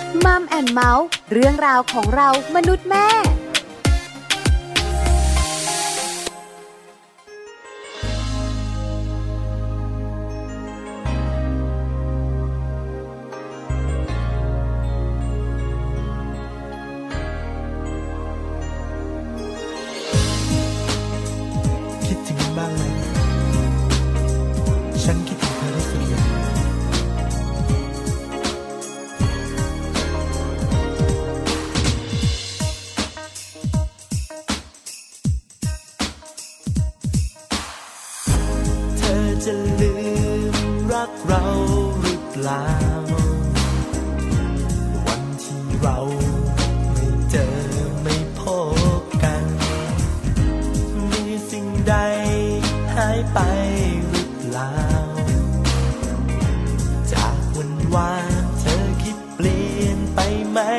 มัมแอนด์เมาส์เรื่องราวของเรามนุษย์แม่คิดถึงบ้างไหมฉันคิดถึงเธอที่สุดเลยเธอจะลืมรักเราหรือเปล่าวันที่เราไม่เจอไม่พบกันมีสิ่งใดหายไปหรือเปล่าจากวันวานเธอคิดเปลี่ยนไปไหม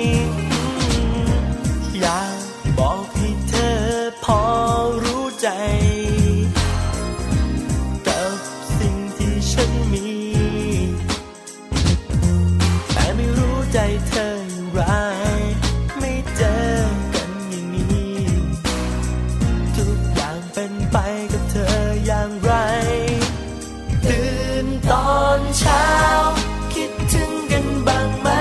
อยากบอกให้เธอพอรู้ใจกับสิ่งที่ฉันมีแต่ไม่รู้ใจเธออย่างไรไม่เจอกันอย่างนี้ทุกอย่างเป็นไปกับเธออย่างไรตื่นตอนเช้าคิดถึงกันบ้างไหม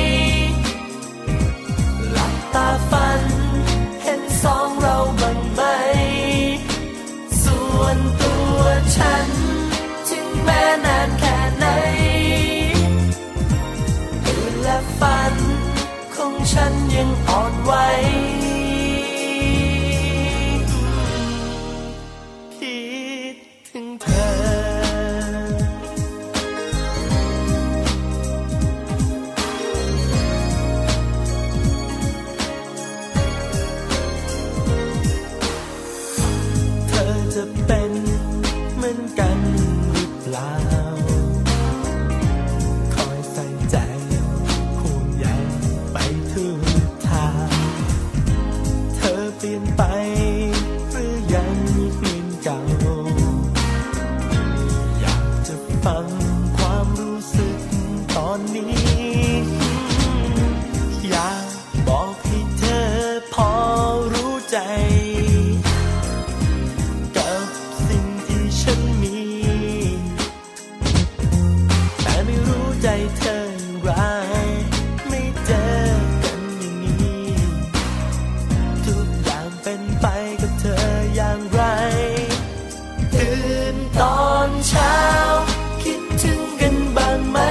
หลับตาฝันเห็นสองเราบ้างไหมส่วนตัวฉันถึงแม้นานแค่ไหนตื่นและฝันของฉันยังอ่อนไหวคิดถึงเธอเธอจะเป็นเหมือนกันหรือเปล่าคอยใส่ใจห่วงใยไปทุกทางเธอเปลี่ยนไปหรือยังเหมือนเก่าอยากจะฟังความรู้สึกตอนนี้อยากบอกให้เธอพอรู้ใจกับสิ่งที่ฉันมีแต่ไม่รู้ใจเธออย่างไรไม่เจอกันอย่างนี้ทุกอย่างเป็นไปกับเธออย่างไรตื่นตอนเช้าคิดถึงกันบ้างไหม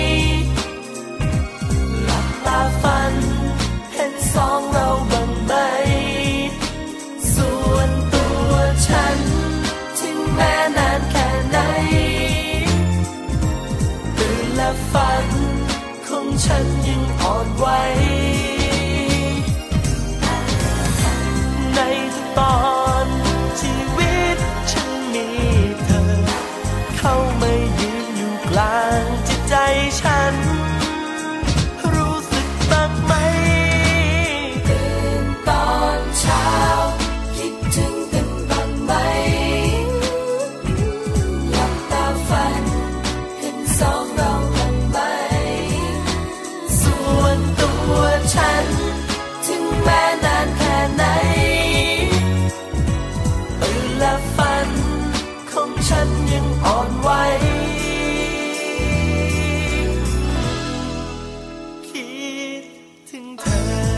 หลับตาฝันเห็นสองเราบ้างไหมส่วนตัวฉันถึงแม้นานแค่ไหนตื่นและฝันของฉันยังอ่อนไหวในทุกตอนชีวิตฉันมีเธอเข้ามายืนอยู่กลางจิตใจฉันรู้สึกบ้างไหมตื่นตอนเช้าคิดถึงกันบ้างไหมหลับตาฝันเห็นสองเราบ้างไหมส่วนตัวฉันถึงแม้นานแค่ไหนตื่นและฝันของฉันยังอ่อนไหวคิดถึงเธอ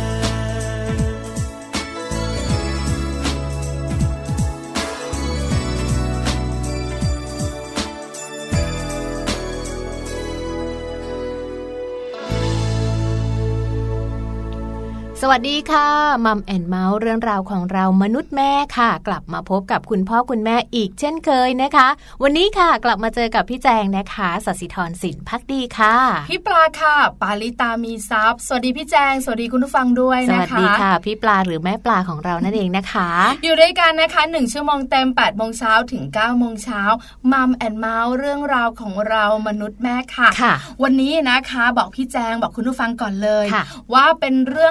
สวัสดีค่ะมัมแอนด์เมาส์เรื่องราวของเรามนุษย์แม่ค่ะกลับมาพบกับคุณพ่อคุณแม่อีกเช่นเคยนะคะวันนี้ค่ะกลับมาเจอกับพี่แจงนะคะศศิธรสินภักดีค่ะพี่ปลาค่ะปาลิตามีทรัพย์สวัสดีพี่แจงสวัสดีคุณผู้ฟังด้วยนะคะสวัสดีค่ะพี่ปลาหรือแม่ปลาของเรานั่นเองนะคะอยู่ด้วยกันนะคะ1ชั่วโมงเต็ม 8 โมงเช้าถึง 9 โมงเช้ามัมแอนด์เมาส์เรื่องราวของเรามนุษย์แม่ค่ะวันนี้นะคะบอกพี่แจงบอกคุณผู้ฟังก่อนเลยว่าเป็นเรื่องของ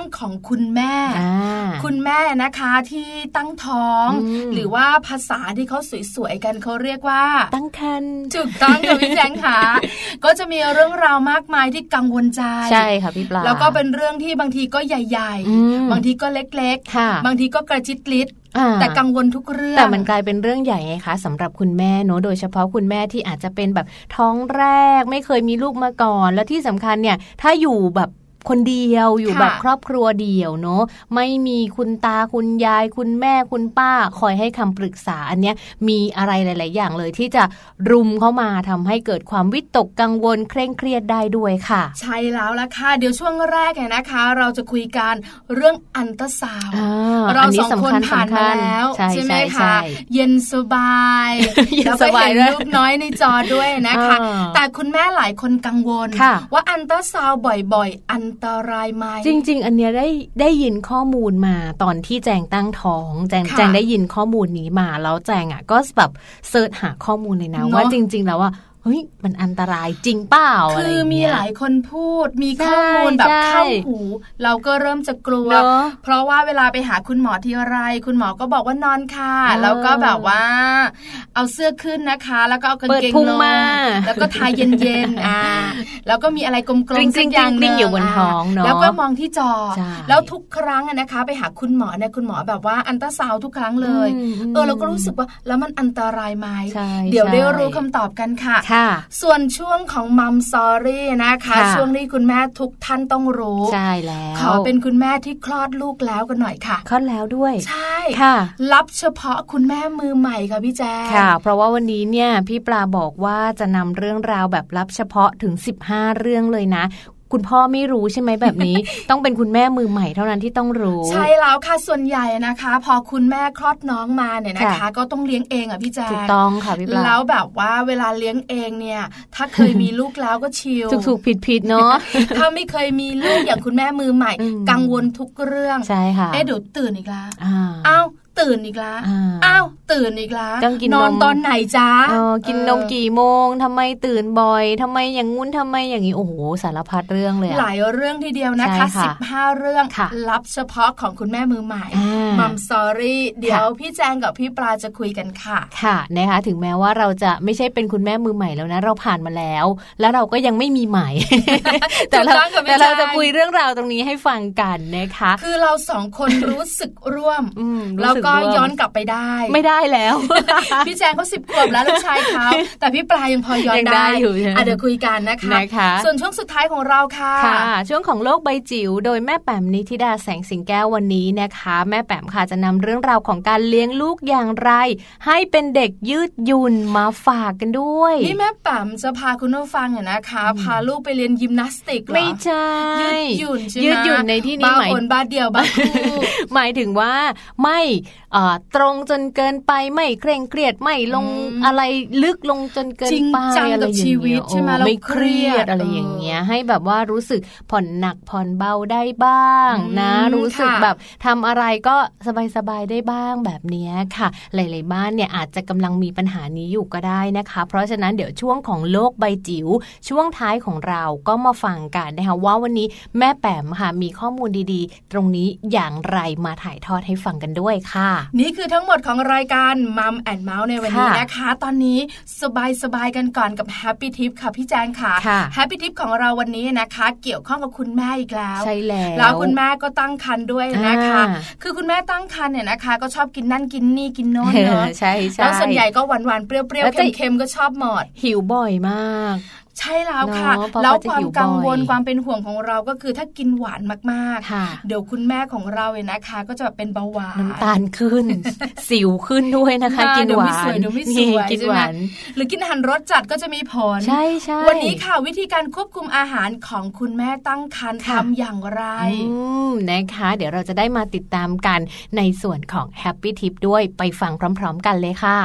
คุณแม่คุณแม่นะคะที่ตั้งท้องหรือว่าภาษาที่เขาสวยๆกันเขาเรียกว่าตั้งครรภ์ถูกต้องค่ะพี่แจงค่ะก็จะมีเรื่องราวมากมายที่กังวลใจใช่ค่ะพี่ปลาแล้วก็เป็นเรื่องที่บางทีก็ใหญ่ๆบางทีก็เล็กๆบางทีก็กระจิตลิดแต่กังวลทุกเรื่องแต่มันกลายเป็นเรื่องใหญ่ไงคะสำหรับคุณแม่เนอะโดยเฉพาะคุณแม่ที่อาจจะเป็นแบบท้องแรกไม่เคยมีลูกมาก่อนแล้วที่สำคัญเนี่ยถ้าอยู่แบบคนเดียวอยู่แบบครอบครัวเดียวเนอะไม่มีคุณตาคุณยายคุณแม่คุณป้าคอยให้คำปรึกษาอันเนี้ยมีอะไรหลายๆอย่างเลยที่จะรุมเข้ามาทำให้เกิดความวิตกกังวลเคร่งเครียดได้ด้วยค่ะใช่แล้วล่ะค่ะเดี๋ยวช่วงแรกเนี่ยนะคะเราจะคุยกันเรื่องอัลตราซาวด์เราสองคนผ่านมาแล้วใช่ไหมคะเย็นสบายแล้วก็เห็นลูกน้อยในจอด้วยนะคะแต่คุณแม่หลายคนกังวลว่าอัลตราซาวด์บ่อยๆอันตรายไหมจริงๆอันเนี้ยได้ยินข้อมูลมาตอนที่แจงตั้งท้องแจงได้ยินข้อมูลนี้มาแล้วแจงอ่ะก็แบบเสิร์ชหาข้อมูลเลยนะว่าจริงๆแล้วว่าเฮ้ยมันอันตรายจริงเปล่าอะไรคือมีหลายคนพูดมีข้อมูลแบบเข้าหูเราก็เริ่มจะกลัวเพราะว่าเวลาไปหาคุณหมอที่ไรคุณหมอก็บอกว่านอนค่ะแล้วก็แบบว่าเอาเสื้อขึ้นนะคะแล้วก็เอากางเกงลงแล้วก็ทาเย็นๆแล้วก็มีอะไรกลมๆสักอย่างนึงอยู่บนท้องเนาะแล้วก็มองที่จอแล้วทุกครั้งนะคะไปหาคุณหมอเนี่ยคุณหมอแบบว่าอัลตราซาวด์ทุกครั้งเลยเราก็รู้สึกว่าแล้วมันอันตรายไหมเดี๋ยวได้รู้คำตอบกันค่ะส่วนช่วงของมัมซอรี่นะคะช่วงนี้คุณแม่ทุกท่านต้องรู้ใช่แล้วขอเป็นคุณแม่ที่คลอดลูกแล้วกันหน่อยค่ะคลอดแล้วด้วยใช่ค่ะรับเฉพาะคุณแม่มือใหม่ค่ะพี่แจ๊ค่ะเพราะว่าวันนี้เนี่ยพี่ปลาบอกว่าจะนำเรื่องราวแบบรับเฉพาะถึง15เรื่องเลยนะคุณพ่อไม่รู้ใช่ไหมแบบนี้ ต้องเป็นคุณแม่มือใหม่เท่านั้นที่ต้องรู้ใช่แล้วค่ะส่วนใหญ่นะคะพอคุณแม่คลอดน้องมาเนี่ยนะคะก็ต้องเลี้ยงเองอ่ะพี่แจ๊ถูกต้องค่ะพี่ปลาแล้วแบบว่าเวลาเลี้ยงเองเนี่ยถ้าเคยมีลูกแล้วก็ชิลถูกผิดเนาะถ้าไม่เคยมีลูกอย่างคุณแม่มือใหม่กังวลทุกเรื่องใช่ค่ะเดี๋ยวตื่นอีกแล้วอ้าวตื่นอีกแล้วอ้าวตื่นอีกแล้วนอนตอนไหนจ๊ะกินนมกี่โมงทำไมตื่นบ่อยทำไมอย่างงุ้นทำไมอย่างนี้โอ้โหสารพัดเรื่องเลยหลายเรื่องทีเดียวนะคะ15เรื่องรับเฉพาะของคุณแม่มือใหม่มัมซอรี่เดี๋ยวพี่แจงกับพี่ปลาจะคุยกันค่ะค่ะนะคะถึงแม้ว่าเราจะไม่ใช่เป็นคุณแม่มือใหม่แล้วนะเราผ่านมาแล้วเราก็ยังไม่มีใหม่ แต่เราจะคุยเรื่องราวตรงนี้ให้ฟังกันนะคะคือเราสองคนรู้สึกร่วมแล้วก็ย้อนกลับไปได้ไม่ได้แล้วพี่แจงเขา10 ขวบแล้วลูกชายเขาแต่พี่ปลายังพอย้อนได้อยู่เดี๋ยวคุยกันนะคะส่วนช่วงสุดท้ายของเราค่ะช่วงของโลกใบจิ๋วโดยแม่แป๋มนิธิดาแสงสิงแก้ววันนี้นะคะแม่แป๋มค่ะจะนำเรื่องราวของการเลี้ยงลูกอย่างไรให้เป็นเด็กยืดหยุ่นมาฝากกันด้วยนี่แม่แป๋มจะพาคุณผู้ฟังเนี่ยนะคะพาลูกไปเรียนยิมนาสติกเหรอไม่ใช่ยืดหยุ่นใช่ไหมยืดหยุ่นในที่นี้หมายคนบ้าเดียวบ้าคู่หมายถึงว่าไม่ตรงจนเกินไปไม่เคร่งเครียดไม่ลงอะไรลึกลงจนเกินไปอะไรอย่างเงี้ยไม่เครียดอะไรอย่างเงี้ยให้แบบว่ารู้สึกผ่อนหนักผ่อนเบาได้บ้างนะรู้สึกแบบทำอะไรก็สบายๆได้บ้างแบบนี้ค่ะหลายๆบ้านเนี่ยอาจจะกำลังมีปัญหานี้อยู่ก็ได้นะคะเพราะฉะนั้นเดี๋ยวช่วงของโลกใบจิ๋วช่วงท้ายของเราก็มาฟังกันนะคะว่าวันนี้แม่แป๋มค่ะมีข้อมูลดีๆตรงนี้อย่างไรมาถ่ายทอดให้ฟังกันด้วยค่ะนี่คือทั้งหมดของรายการมัมแอนด์เมาส์ในวันนี้นะคะตอนนี้สบายกันก่อนกับ Happy Tip ค่ะพี่แจงค่ะ Happy Tip ของเราวันนี้นะคะเกี่ยวข้องกับคุณแม่อีกแล้วใช่แล้วคุณแม่ก็ตั้งครรภ์ด้วยนะคะคือคุณแม่ตั้งครรภ์เนี่ยนะคะก็ชอบกินนั่นกินนี่กินโน่นเนอะใช่แล้วส่วนใหญ่ก็หวานๆเปรี้ยวๆเค็มๆก็ชอบหมดหิวบ่อยมากใช่แล้วค่ะแล้วความกังวลความเป็นห่วงของเราก็คือถ้ากินหวานมากๆเดี๋ยวคุณแม่ของเราเนี่ยนะคะก็จะเป็นเบาหวานน้ำตาลขึ้น สิวขึ้นด้วยนะคะกินหวานเดี๋ยวไม่สวยกินหวานหรือกินอาหารรสจัดก็จะมีผลใช่วันนี้ค่ะวิธีการควบคุมอาหารของคุณแม่ตั้งครรภ์ทำอย่างไรนะคะเดี๋ยวเราจะได้มาติดตามกันในส่วนของ Happy Tip ด้วยไปฟังพร้อมๆกันเลยค่ะ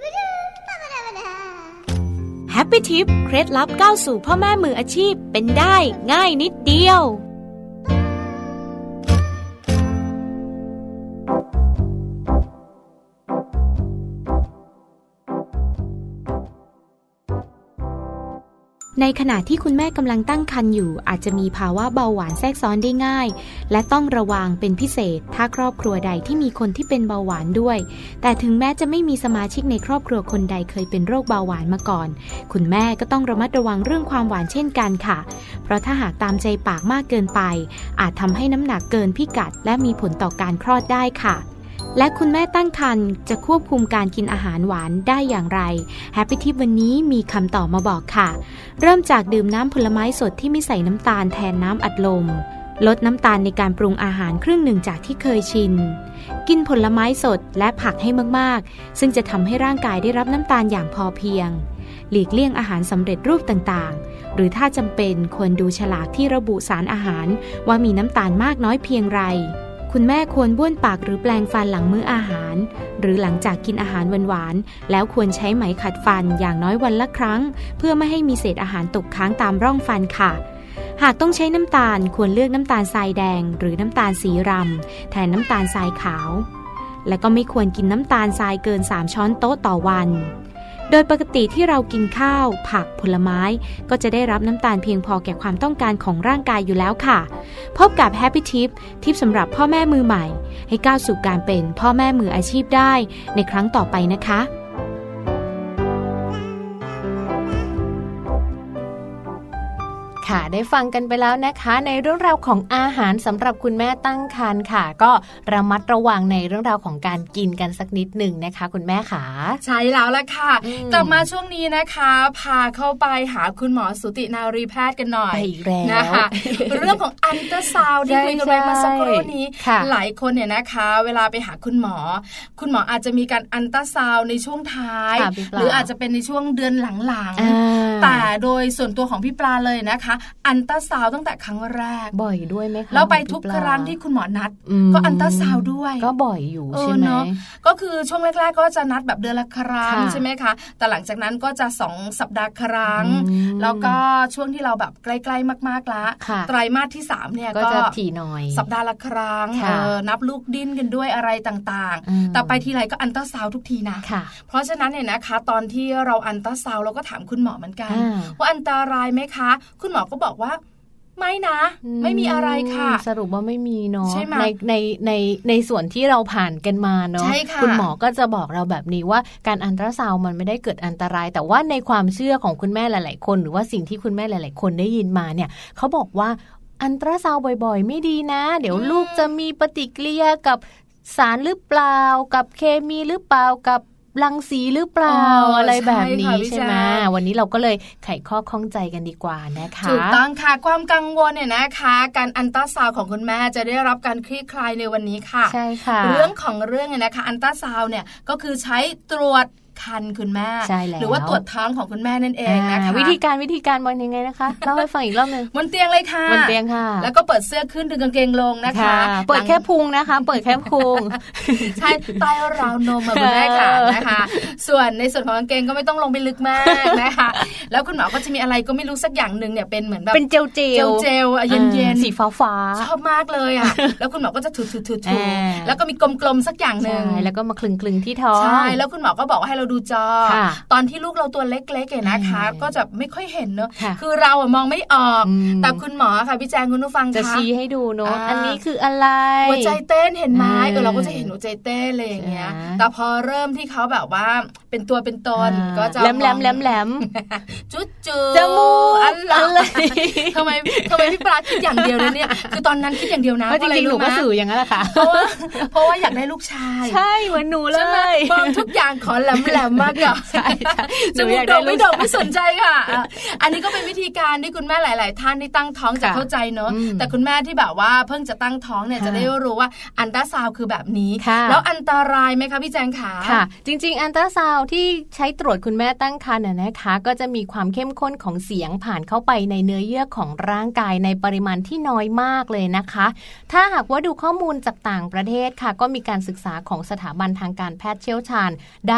Happy Tip เคล็ดลับก้าวสู่พ่อแม่มืออาชีพเป็นได้ง่ายนิดเดียวในขณะที่คุณแม่กำลังตั้งครรภ์อยู่อาจจะมีภาวะเบาหวานแทรกซ้อนได้ง่ายและต้องระวังเป็นพิเศษถ้าครอบครัวใดที่มีคนที่เป็นเบาหวานด้วยแต่ถึงแม้จะไม่มีสมาชิกในครอบครัวคนใดเคยเป็นโรคเบาหวานมาก่อนคุณแม่ก็ต้องระมัดระวังเรื่องความหวานเช่นกันค่ะเพราะถ้าหากตามใจปากมากเกินไปอาจทำให้น้ำหนักเกินพิกัดและมีผลต่อการคลอดได้ค่ะและคุณแม่ตั้งครรภ์จะควบคุมการกินอาหารหวานได้อย่างไร Happy Tip วันนี้มีคำตอบมาบอกค่ะเริ่มจากดื่มน้ำผลไม้สดที่ไม่ใส่น้ำตาลแทนน้ำอัดลมลดน้ำตาลในการปรุงอาหารครึ่งหนึ่งจากที่เคยชินกินผลไม้สดและผักให้มากๆซึ่งจะทำให้ร่างกายได้รับน้ำตาลอย่างพอเพียงหลีกเลี่ยงอาหารสำเร็จรูปต่างๆหรือถ้าจำเป็นควรดูฉลากที่ระบุสารอาหารว่ามีน้ำตาลมากน้อยเพียงไรคุณแม่ควรบ้วนปากหรือแปรงฟันหลังมื้ออาหารหรือหลังจากกินอาหารหวานๆแล้วควรใช้ไหมขัดฟันอย่างน้อยวันละครั้งเพื่อไม่ให้มีเศษอาหารตกค้างตามร่องฟันค่ะหากต้องใช้น้ำตาลควรเลือกน้ำตาลทรายแดงหรือน้ำตาลสีรำแทนน้ำตาลทรายขาวและก็ไม่ควรกินน้ำตาลทรายเกิน3ช้อนโต๊ะต่อวันโดยปกติที่เรากินข้าวผักผลไม้ก็จะได้รับน้ำตาลเพียงพอแก่ความต้องการของร่างกายอยู่แล้วค่ะพบกับ Happy Tip ทิปสำหรับพ่อแม่มือใหม่ให้ก้าวสู่การเป็นพ่อแม่มืออาชีพได้ในครั้งต่อไปนะคะค่ะได้ฟังกันไปแล้วนะคะในเรื่องราวของอาหารสำหรับคุณแม่ตั้งครรภ์ค่ะก็ระมัดระวังในเรื่องราวของการกินกันสักนิดหนึ่งนะคะคุณแม่ขาใช่แล้วล่ะค่ะกลับมาช่วงนี้นะคะพาเข้าไปหาคุณหมอสุตินารีแพทย์กันหน่อยไปอีกแล้วนะคะเรื่องของอัลตราซาวด์ที่คุยกันไปมาสักครู่นี้หลายคนเนี่ยนะคะเวลาไปหาคุณหมออาจจะมีการอัลตราซาวด์ในช่วงท้ายหรืออาจจะเป็นในช่วงเดือนหลังๆแต่โดยส่วนตัวของพี่ปลาเลยนะคะอัลตราซาวด์ตั้งแต่ครั้งแรกบ่อยด้วยไหมคะแล้วไปทุกครั้งที่คุณหมอนัดก็อัลตราซาวด์ด้วยก็บ่อยอยู่ใช่ไหมก็คือช่วงแรกๆก็จะนัดแบบเดือนละครั้งใช่ไหมคะแต่หลังจากนั้นก็จะ2สัปดาห์ครั้งแล้วก็ช่วงที่เราแบบใกล้ๆมากๆแล้วไตรมาสที่3เนี่ยก็จะถี่หน่อยสัปดาห์ละครั้งนับลูกดิ้นกันด้วยอะไรต่างๆแต่ไปทีไรก็อัลตราซาวด์ทุกทีนะเพราะฉะนั้นเนี่ยนะคะตอนที่เราอัลตราซาวด์เราก็ถามคุณหมอเหมือนกันว่าอันตรายไหมคะคุณหมอก็บอกว่าไม่นะไม่มีอะไรค่ะสรุปว่าไม่มีเนาะในส่วนที่เราผ่านกันมาเนาะคุณหมอก็จะบอกเราแบบนี้ว่าการอัลตราซาวด์มันไม่ได้เกิดอันตรายแต่ว่าในความเชื่อของคุณแม่หลายๆคนหรือว่าสิ่งที่คุณแม่หลายๆคนได้ยินมาเนี่ยเขาบอกว่าอัลตราซาวด์บ่อยๆไม่ดีนะเดี๋ยวลูกจะมีปฏิกิริยากับสารหรือเปล่ากับเคมีหรือเปล่ากับรังสีหรือเปล่าอะไรแบบนี้ใช่ไหมวันนี้เราก็เลยไขข้อข้องใจกันดีกว่านะคะถูกต้องค่ะความกังวลเนี่ยนะคะการอัลตราซาวด์ของคุณแม่จะได้รับการคลี่คลายในวันนี้ค่ะใช่ค่ะเรื่องของเรื่องเนี่ยนะคะอัลตราซาวด์เนี่ยก็คือใช้ตรวจคันคุณแม่หรือว่าตรวจท้องของคุณแม่นั่นเองนะคะวิธีการมันยังไงนะคะเล่าให้ฟังอีกรอบนึงบนเตียงเลยค่ะบนเตียงค่ะแล้วก็เปิดเสื้อขึ้นดึงกางเกงลงนะคะเปิดแค่พุงนะคะเปิดแค่พุงใช่ใต้ราวนมคุณแม่ค่ะนะคะส่วนในส่วนของกางเกงก็ไม่ต้องลงไปลึกมากนะคะแล้วคุณหมอก็จะมีอะไรก็ไม่รู้สักอย่างนึงเนี่ยเป็นเหมือนแบบเป็นเจลเย็นสีฟ้าชอบมากเลยอ่ะแล้วคุณหมอก็จะถูแล้วก็มีกลมๆสักอย่างนึงแล้วก็มาคลึงที่ท้องใช่แล้วคุณหมอก็บอกว่าให้เราดูจอตอนที่ลูกเราตัวเล็กๆเนี่ยนะคะก็จะไม่ค่อยเห็นเนอะคือเราอะมองไม่ออกแต่คุณหมอค่ะพี่แจงคุณผู้ฟังจะชี้ให้ดูเนอะอันนี้คืออะไรหัวใจเต้นเห็นไหมเราก็จะเห็นหัวใจเต้นอะไรอย่างเงี้ยแต่พอเริ่มที่เขาแบบว่าเป็นตัวเป็นตนก็จะแหลมจุ๊จมูกอะไรทำไมพี่ปลาคิดอย่างเดียวเลยเนี่ยคือตอนนั้นคิดอย่างเดียวนะจริงๆหนูก็สื่ออย่างนั้นแหละค่ะเพราะว่าอยากได้ลูกชายใช่เหมือนหนูเลยมองทุกอย่างขอแหลมมากกว่าจะมูกโด่งไม่สนใจค่ะอันนี้ก็เป็นวิธีการที่คุณแม่หลายๆท่านที่ตั้งท้องจะเข้าใจเนอะแต่คุณแม่ที่แบบว่าเพิ่งจะตั้งท้องเนี่ยจะได้รู้ว่าอัลตราซาวด์คือแบบนี้แล้วอันตรายไหมคะพี่แจงขาค่ะจริงๆอัลตราซาวด์ที่ใช้ตรวจคุณแม่ตั้งครรภ์นะคะก็จะมีความเข้มข้นของเสียงผ่านเข้าไปในเนื้อเยื่อของร่างกายในปริมาณที่น้อยมากเลยนะคะถ้าหากว่าดูข้อมูลจากต่างประเทศค่ะก็มีการศึกษาของสถาบันทางการแพทย์เชี่ยวชาญด้านอัลต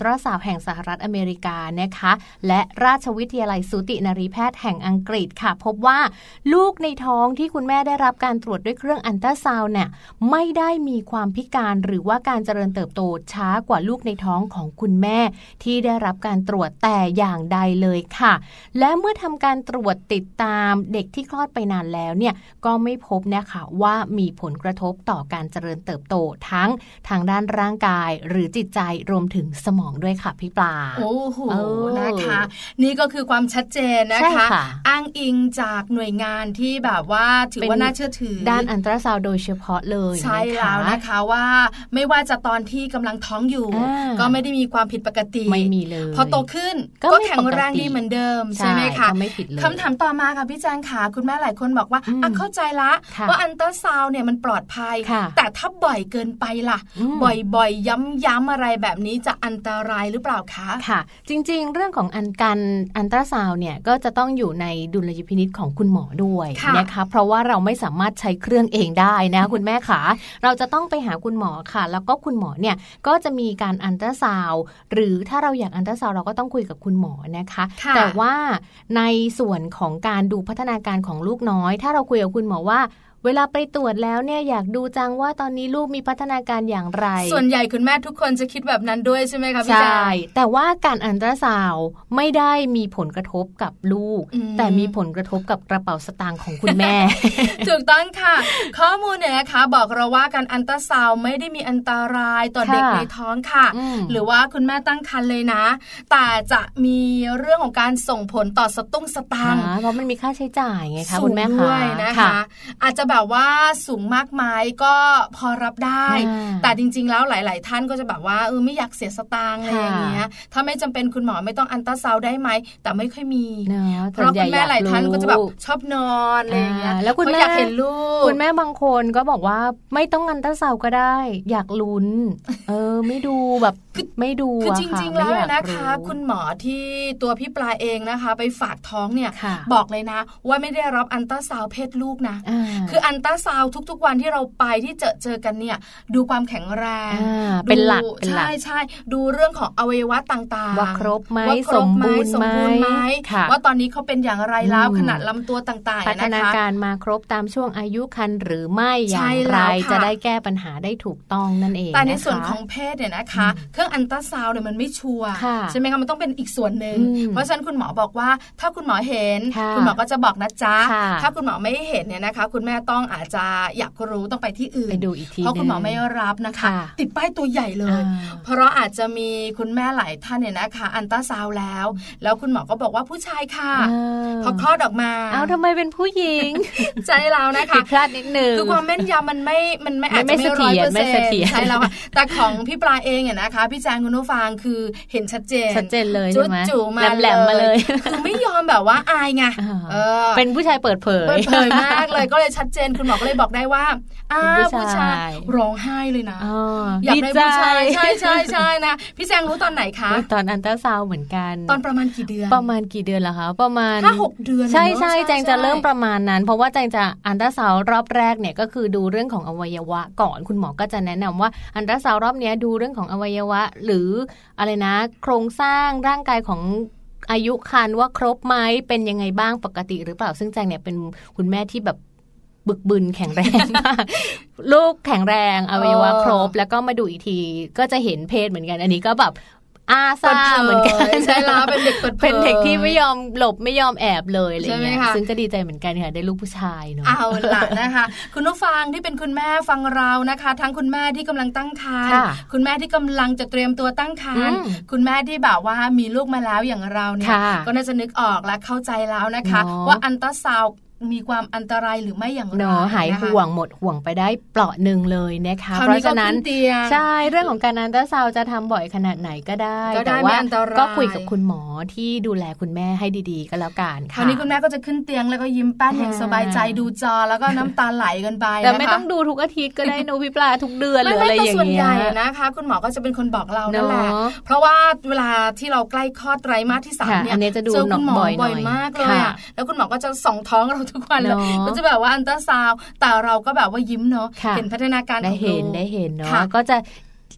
ตราซาวด์แห่งสหรัฐอเมริกานะคะและราชวิทยาลัยสูตินรีแพทย์แห่งอังกฤษค่ะพบว่าลูกในท้องที่คุณแม่ได้รับการตรวจด้วยเครื่องอัลตราซาวด์เนี่ยไม่ได้มีความพิการหรือว่าการเจริญเติบโตช้ากว่าลูกในท้องของคุณแม่ที่ได้รับการตรวจแต่อย่างใดเลยค่ะและเมื่อทำการตรวจติดตามเด็กที่คลอดไปนานแล้วเนี่ยก็ไม่พบนะคะว่ามีผลกระทบต่อการเจริญเติบโตทั้งทางด้านร่างกายหรือจิตใจรวมถึงสมองด้วยค่ะพี่ปลาโอ้โหนะคะนี่ก็คือความชัดเจนนะคะอ้างอิงจากหน่วยงานที่แบบว่าถือว่าน่าเชื่อถือด้านอัลตราซาวด์โดยเฉพาะเลยใช่แล้วนะคะว่าไม่ว่าจะตอนที่กำลังท้องอยู่ก็ไม่ได้มีความผิดปกติไม่มีเลยพอโตขึ้นก็แข็งแรงดีเหมือนเดิมใช่ไหมคะคำถามต่อมาค่ะพี่แจงขาคุณแม่หลายคนบอกว่าเข้าใจละว่าอัลตราซาวด์เนี่ยมันปลอดภัยแต่ถ้าบ่อยเกินไปล่ะบ่อยๆย้ำๆอะไรแบบนี้จะอันตรายหรือเปล่าคะค่ะจริงๆเรื่องของการอัลตราซาวด์เนี่ยก็จะต้องอยู่ในดุลยพินิจของคุณหมอด้วยนะคะเพราะว่าเราไม่สามารถใช้เครื่องเองได้นะคุณแม่ขาเราจะต้องไปหาคุณหมอค่ะแล้วก็คุณหมอเนี่ยก็จะมีการอัลตราซาวด์หรือถ้าเราอยากอัลตราซาวด์เราก็ต้องคุยกับคุณหมอนะคะแต่ว่าในส่วนของการดูพัฒนาการของลูกน้อยถ้าเราคุยกับคุณหมอว่าเวลาไปตรวจแล้วเนี่ยอยากดูจังว่าตอนนี้ลูกมีพัฒนาการอย่างไรส่วนใหญ่คุณแม่ทุกคนจะคิดแบบนั้นด้วยใช่ไหมคะพี่จ๋าใช่แต่ว่าการอัลตราซาวด์ไม่ได้มีผลกระทบกับลูกแต่มีผลกระทบกับกระเป๋าสตางค์ของคุณแม่ถูกต้องค่ะข้อมูลเนี่ยนะคะบอกเราว่าการอัลตราซาวด์ไม่ได้มีอันตรายต่อเด็กในท้องค่ะหรือว่าคุณแม่ตั้งครรภ์เลยนะแต่จะมีเรื่องของการส่งผลต่อสตุ้งสตางค์เพราะมันมีค่าใช้จ่ายไงคะคุณแม่คะด้วยนะคะอาจจะแบบว่าสูงมากมายก็พอรับได้แต่จริงๆแล้วหลายๆท่านก็จะแบบว่าไม่อยากเสียสตางค์อะไรอย่างเงี้ยถ้าไม่จำเป็นคุณหมอไม่ต้องอัลตราซาวด์ได้ไหมแต่ไม่ค่อยมีเพราะคุณแม่หลายท่านก็จะแบบชอบนอนอะไรอย่างเงี้ยแล้วคุณแม่อยากเห็นลูกคุณแม่บางคนก็บอกว่าไม่ต้องอัลตราซาวด์ก็ได้อยากลุ้นไม่ดูแบบไม่ดูคือจริงๆแล้วนะคะคุณหมอที่ตัวพี่ปลาเองนะคะไปฝากท้องเนี่ยบอกเลยนะว่าไม่ได้รับอัลตราซาวด์เพศลูกนะคืออัลตราซาวด์ทุกๆวันที่เราไปที่เจอกันเนี่ยดูความแข็งแรงเป็นหลักใช่ดูเรื่องของอวัยวะต่างๆว่าครบไหมสมบูรณ์ไหมว่าตอนนี้เขาเป็นอย่างไรแล้วขนาดลำตัวต่างๆพัฒนาการมาครบตามช่วงอายุครรภ์หรือไม่อย่างไรจะได้แก้ปัญหาได้ถูกต้องนั่นเองแต่ในส่วนของเพศเนี่ยนะคะเครื่องอัลตราซาวด์เนี่ยมันไม่ชัวร์ใช่ไหมคะมันต้องเป็นอีกส่วนหนึ่งเพราะฉะนั้นคุณหมอบอกว่าถ้าคุณหมอเห็นคุณหมอก็จะบอกนะจ๊ะถ้าคุณหมอไม่เห็นเนี่ยนะคะคุณแม่ต้องอาจจะอยากรู้ต้องไปที่อื่นไปดูอีกทีเพราะคุณหมอไม่รับนะคะติดป้ายตัวใหญ่เลยเพราะอาจจะมีคุณแม่หลายท่านเนี่ยนะคะอัลตราซาวด์แล้วคุณหมอก็บอกว่าผู้ชายค่ะพอคลอดออกมาทำไมเป็นผู้หญิงใจเรานะคะพลาดนิดนึงคือความแม่นยำมันไม่อาจจะไม่100%ใช่แล้วค่ะแต่ของพี่ปลาเองเนี่ยนะคะพี่แจงคุณผู้ฟังคือเห็นชัดเจนเลยใช่ไหมจู่ๆมาแหลมๆมาเลยคือไม่ยอมแบบว่าอายไงเป็นผู้ชายเปิดเผยมากเลยก็เลยชัดเจนคุณหมอก็เลยบอกได้ว่าผู้ชายร้องไห้เลยนะอยากได้ผู้ชายใช่นะพี่แจงรู้ตอนไหนคะตอนอัลตราซาวด์เหมือนกันตอนประมาณกี่เดือนล่ะคะประมาณ 5-6 เดือนใช่แจงจะเริ่มประมาณนั้นเพราะว่าแจงจะอัลตราซาวด์รอบแรกเนี่ยก็คือดูเรื่องของอวัยวะก่อนคุณหมอก็จะแนะนำว่าอัลตราซาวด์รอบนี้ดูเรื่องของอวัยวะหรืออะไรนะโครงสร้างร่างกายของอายุครรภ์ว่าครบไหมเป็นยังไงบ้างปกติหรือเปล่าซึ่งแจงเนี่ยเป็นคุณแม่ที่แบบบึกบึนแข็งแรงมากลูกแข็งแรงอวัยวะครบแล้วก็มาดูอีกทีก็จะเห็นเพศเหมือนกันอันนี้ก็แบบซ่าเหมือนกันใช่แล้วเป็นเด็กเป็นเด็กที่ไม่ยอมหลบไม่ยอมแอบเลยอะไรเงี้ยซึ่งก็ดีใจเหมือนกันค่ะได้ลูกผู้ชายเนาะเอาล่ะนะคะคุณผู้ฟังที่เป็นคุณแม่ฟังเรานะคะทั้งคุณแม่ที่กำลังตั้งครรภ์คุณแม่ที่กำลังจะเตรียมตัวตั้งครรภ์คุณแม่ที่แบบว่ามีลูกมาแล้วอย่างเราเนี่ยก็น่าจะนึกออกและเข้าใจแล้วนะคะว่าอัลตราซาวด์มีความอันตรายหรือไม่อย่างไรหายห่วงหมดห่วงไปได้เปราะหนึ่งเลยนะคะเพราะฉะนั้นใช่เรื่องของการอัลตราซาวด์จะทำบ่อยขนาดไหนก็ได้แต่ว่าก็คุยกับคุณหมอที่ดูแลคุณแม่ให้ดีๆก็แล้วกันค่ะวันนี้คุณแม่ก็จะขึ้นเตียงแล้วก็ยิ้มแป้นอย่างสบายใจดูจอแล้วก็น้ำตาไหลกันไปแต่ไม่ต้องดูทุกอาทิตย์ก็ได้นะพี่ปลาทุกเดือนหรืออะไรอย่างเงี้ยส่วนใหญ่นะคะคุณหมอก็จะเป็นคนบอกเรานั่นแหละเพราะว่าเวลาที่เราใกล้คลอดไตรมาสที่3เนี่ยเจอคุณหมอบ่อยมากเลยแล้วคุณหมอก็จะส่องท้องเราทุกวันเลยก็จะแบบว่าอัลตราซาวด์แต่เราก็แบบว่ายิ้มเนาะเห็นพัฒนาการของลูกได้เห็นเนาะก็จะ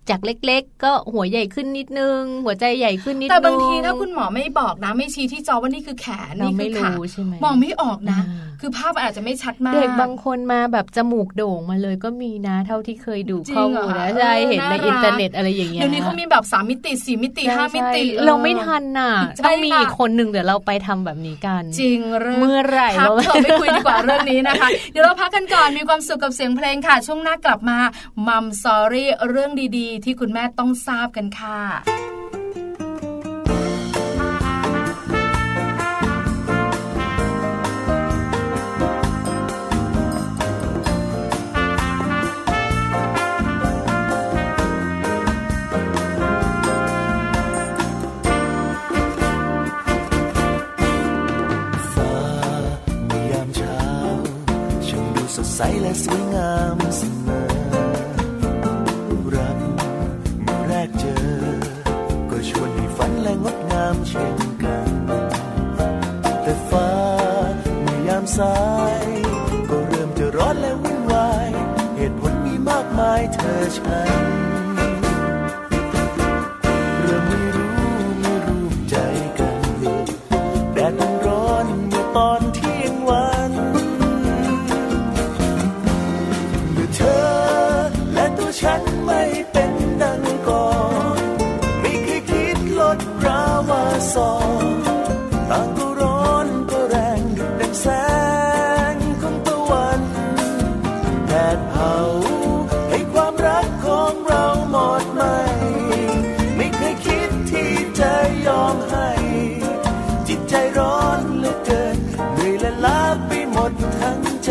จากเล็กๆก็หัวใหญ่ขึ้นนิดนึงหัวใจใหญ่ขึ้นนิดนึงแต่บางทีถ้าคุณหมอไม่บอกนะไม่ชี้ที่จอว่านี่คือแขนนี่คือขามองไม่ออกนะคือภาพอาจจะไม่ชัดมากเด็กบางคนมาแบบจมูกโด่งมาเลยก็มีนะเท่าที่เคยดูข้อมูลนะใช่เห็นในอินเทอร์เน็ตอะไรอย่างเงี้ยเดี๋ยวนี้เขามีแบบ3มิติ4มิติ5มิติเราไม่ทันน่ะต้องมีอีกคนนึงเดี๋ยวเราไปทำแบบนี้กันจริงเมื่อไหร่เราไม่คุยดีกว่าเรื่องนี้นะคะเดี๋ยวเราพักกันก่อนมีความสุขกับเสียงเพลงค่ะช่วงหน้ากลับมามัมสตอรี่เรื่องดีๆที่คุณแม่ต้องทราบกันค่ะใสและสวยงามเสมอรักเมื่อแรกเจอก็ชวนให้ฝันและงดงามเช่นกันแต่ฟ้าเมื่อยามสายก็เริ่มจะร้อนและวุ่นวายเหตุผลมีมากมายเธอฉันเริ่มไม่รู้ใจกันแดดมันร้อนเมื่อตอนเที่ยงวันฉันไม่เป็นดังก่อนไม่เคยคิดลดราวาสองต่างก็ร้อนก็แรงดุจดังแสงของตะวันแดดเผาให้ความรักของเราหมดไหมไม่เคยคิดที่จะยอมให้จิตใจร้อนเหลือเกินเหนื่อยและล้าไปหมดทั้งใจ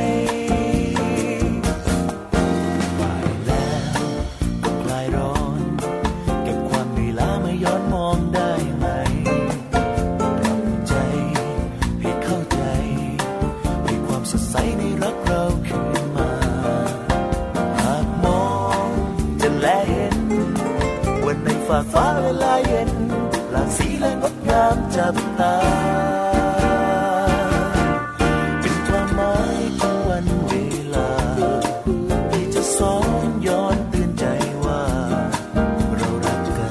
ฟ้าเวลาเย็นหลากสีและงดงามจับตาเป็นความหมายของวันเวลาที่จะสอนย้อนเตือนใจว่าเรารักกัน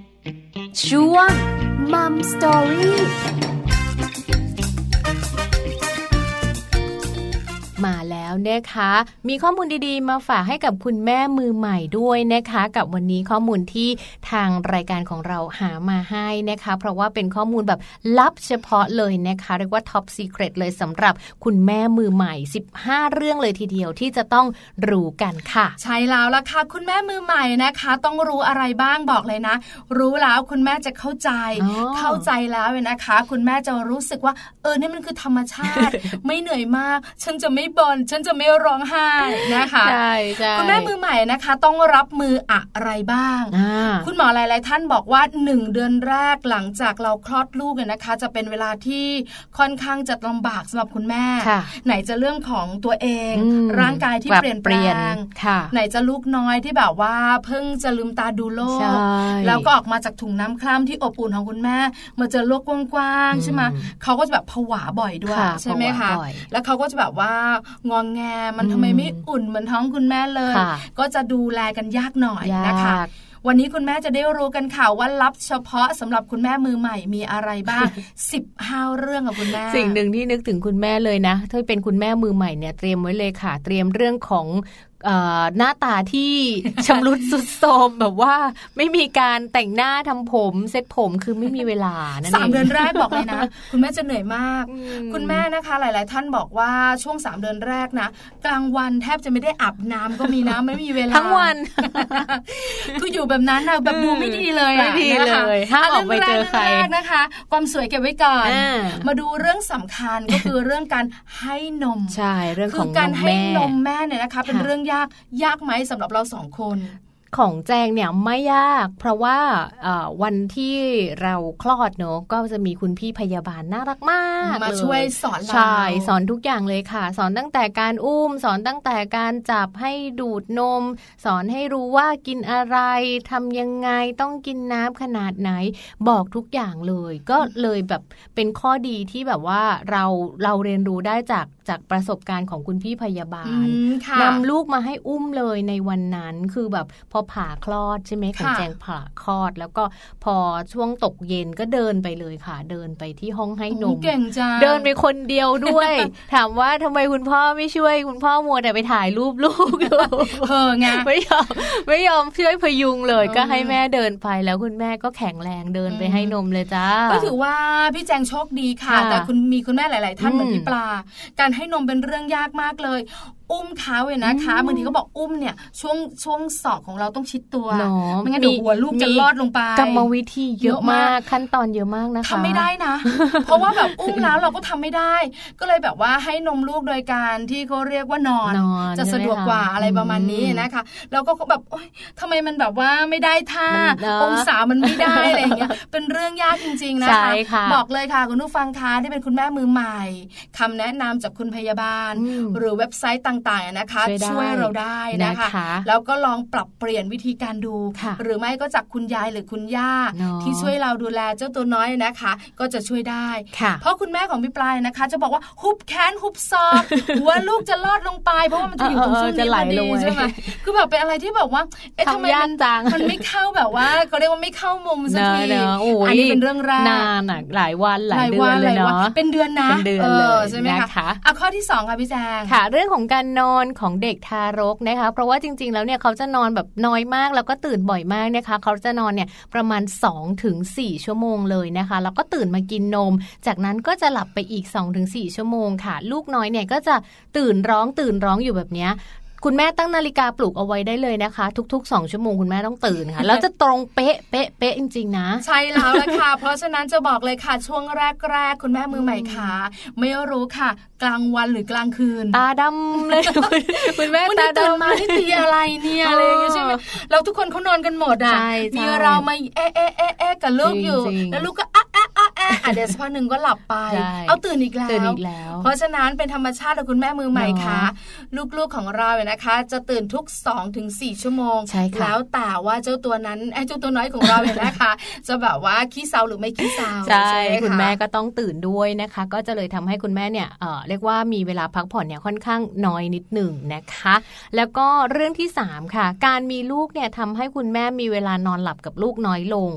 ช่วงมัมสตอรี่มาแล้วนะคะมีข้อมูลดีๆมาฝากให้กับคุณแม่มือใหม่ด้วยนะคะกับวันนี้ข้อมูลที่ทางรายการของเราหามาให้นะคะเพราะว่าเป็นข้อมูลแบบลับเฉพาะเลยนะคะเรียกว่า Top Secret เลยสำหรับคุณแม่มือใหม่15เรื่องเลยทีเดียวที่จะต้องรู้กันค่ะใช่แล้วล่ะค่ะคุณแม่มือใหม่นะคะต้องรู้อะไรบ้างบอกเลยนะรู้แล้วคุณแม่จะเข้าใจแล้วนะคะคุณแม่จะรู้สึกว่านี่มันคือธรรมชาติ ไม่เหนื่อยมากฉันจะไม่บ่นฉันจะไม่ร้องไห้นะคะใช่คุณแม่มือใหม่นะคะต้องรับมืออะไรบ้างคุณหมอหลายๆท่านบอกว่า1เดือนแรกหลังจากเราคลอดลูกเนี่ยนะคะจะเป็นเวลาที่ค่อนข้างจะลำบากสำหรับคุณแม่ไหนจะเรื่องของตัวเองร่างกายที่เปลี่ยนแปลงไหนจะลูกน้อยที่แบบว่าเพิ่งจะลืมตาดูโลกแล้วก็ออกมาจากถุงน้ำคร่ำที่อบอุ่นของคุณแม่มาเจอโลกกว้างๆใช่ไหมเขาก็จะแบบผวาบ่อยด้วยใช่ไหมคะแล้วเขาก็จะแบบว่างองแงมันทำไมไม่อุ่นเหมือนท้องคุณแม่เลยก็จะดูแลกันยากหน่อยนะคะวันนี้คุณแม่จะได้รู้กันค่ะว่าลับเฉพาะสำหรับคุณแม่มือใหม่มีอะไรบ้าง15เรื่องกับคุณแม่สิ่งหนึ่งที่นึกถึงคุณแม่เลยนะถ้าเป็นคุณแม่มือใหม่เนี่ยเตรียมไว้เลยค่ะเตรียมเรื่องของหน้าตาที่ชำรุดสุดโทรมแบบว่าไม่มีการแต่งหน้าทำผมเซ็ตผมคือไม่มีเวลานั่นเอง 3 เดือนแรกบอกเลยนะ คุณแม่จะเหนื่อยมากคุณแม่นะคะหลายๆท่านบอกว่าช่วง3 เดือนแรกนะกลางวันแทบจะไม่ได้อาบน้ำก็มีนะไม่มีเวลาทั้งวันคืออยู่แบบนั้นนะแบบดูไม่ดีเลยไม่ดีเลยห้ามออกไปเจอใครนะคะความสวยเก็บไว้ก่อนมาดูเรื่องสำคัญก็คือเรื่องการให้นมใช่เรื่องของนมแม่คือการให้นมแม่เนี่ยนะคะเป็นเรื่องยากไหมสำหรับเรา2 คนของแจงเนี่ยไม่ยากเพราะว่าวันที่เราคลอดเนอะก็จะมีคุณพี่พยาบาลน่ารักมากมาช่วยสอนเราใช่สอนทุกอย่างเลยค่ะสอนตั้งแต่การอุ้มสอนตั้งแต่การจับให้ดูดนมสอนให้รู้ว่ากินอะไรทำยังไงต้องกินน้ำขนาดไหนบอกทุกอย่างเลยก็เลยแบบเป็นข้อดีที่แบบว่าเราเรียนรู้ได้จากประสบการณ์ของคุณพี่พยาบาลนำลูกมาให้อุ้มเลยในวันนั้นคือแบบพอผ่าคลอดใช่ไหมของแจงผ่าคลอดแล้วก็พอช่วงตกเย็นก็เดินไปเลยค่ะเดินไปที่ห้องให้นมเดินไปคนเดียวด้วย ถามว่าทำไมคุณพ่อไม่ช่วยคุณพ่อมัวแต่ไปถ่ายรูปลูกไงไม่ยอมช่วยพยุงเลยก็ให้แม่เดินไปแล้วคุณแม่ก็แข็งแรงเดินไปให้นมเลยจ้าก็ถือว่าพี่แจงโชคดีค่ะแต่คุณแม่หลายๆท่านเหมือนพี่ปลาการให้นมเป็นเรื่องยากมากเลยอุ้มเขาเนี่ยนะคะบางทีก็บอกอุ้มเนี่ยช่วงศอกของเราต้องชิดตัวไม่งั้นเดี๋ยวหัวลูกจะลอดลงไปกรรมวิธีเยอะมากขั้นตอนเยอะมากนะคะทำไม่ได้นะเพราะว่าแบบอุ้มแล้วเราก็ทำไม่ได้ก็เลยแบบว่าให้นมลูกโดยการที่เขาเรียกว่านอนจะสะดวกกว่าอะไรประมาณนี้นะคะแล้วก็แบบทำไมมันแบบว่าไม่ได้ท่าองศามันไม่ได้อะไรอย่างเงี้ยเป็นเรื่องยากจริงๆนะคะบอกเลยค่ะคุณผู้ฟังคะที่เป็นคุณแม่มือใหม่คำแนะนำจากคุณพยาบาลหรือเว็บไซต์ต่างๆนะคะช่วยเราได้นะคะแล้วก็ลองปรับเปลี่ยนวิธีการดูหรือไม่ก็จากคุณยายหรือคุณย่าที่ช่วยเราดูแลเจ้าตัวน้อยนะคะก็จะช่วยได้เพราะคุณแม่ของพี่ปลายนะคะจะบอกว่าฮุบแขนฮุบศอกหัวลูกจะลอดลงไปเพราะว่ามันจะอยู่ตรงช่วงนี้พอดีใช่ไหมคือแบบเป็นอะไรที่แบบว่าทำไมมันไม่เข้าแบบว่าเขาเรียกว่าไม่เข้ามุมสักทีอันนี้เป็นเรื่องแรกนานหลายวันหลายเดือนเลยเนาะเป็นเดือนนะใช่ไหมคะข้อที่2ค่ะพี่แจงค่ะเรื่องของการนอนของเด็กทารกนะคะเพราะว่าจริงๆแล้วเนี่ยเขาจะนอนแบบน้อยมากแล้วก็ตื่นบ่อยมากนะคะเขาจะนอนเนี่ยประมาณ 2-4 ชั่วโมงเลยนะคะแล้วก็ตื่นมากินนมจากนั้นก็จะหลับไปอีก 2-4 ชั่วโมงค่ะลูกน้อยเนี่ยก็จะตื่นร้องอยู่แบบเนี้ยคุณแม่ตั้งนาฬิกาปลุกเอาไว้ได้เลยนะคะทุกๆ2ชั่วโมงคุณแม่ต้องตื่นค่ะแล้วจะตรงเป๊ะจริงๆนะใช่แล้วละค่ะเพราะฉะนั้นจะบอกเลยค่ะช่วงแรกคุณแม่มือใหม่ค่ะไม่รู้ค่ะกลางวันหรือกลางคืนตาดำเลยคุณแม่ตาดำมาที่ตีอะไรเนี่ยอะไรอย่างเงี้ยใช่ไหมเราทุกคนเขานอนกันหมดอ่ะมีเรามาเอ๊ะกับลูกอยู่แล้วลูกก็เดี๋ยวสักพักหนึ่งก็หลับไปเอาตื่นอีกแล้วเพราะฉะนั้นเป็นธรรมชาติของคุณแม่มือใหม่ค่ะลูกๆของเราเนี่ยนะคะจะตื่นทุก 2-4 ชั่วโมงแล้วแต่ว่าเจ้าตัวนั้นเจ้าตัวน้อยของเราเนี่ยนะคะจะแบบว่าขี้เซาหรือไม่ขี้เซาใช่คุณแม่ก็ต้องตื่นด้วยนะคะก็จะเลยทำให้คุณแม่เนี่ยเรียกว่ามีเวลาพักผ่อนเนี่ยค่อนข้างน้อยนิดหนึ่งนะคะแล้วก็เรื่องที่3ค่ะการมีลูกเนี่ยทำให้คุณแม่มีเวลานอนหลับกับลูกน้อยลงใช่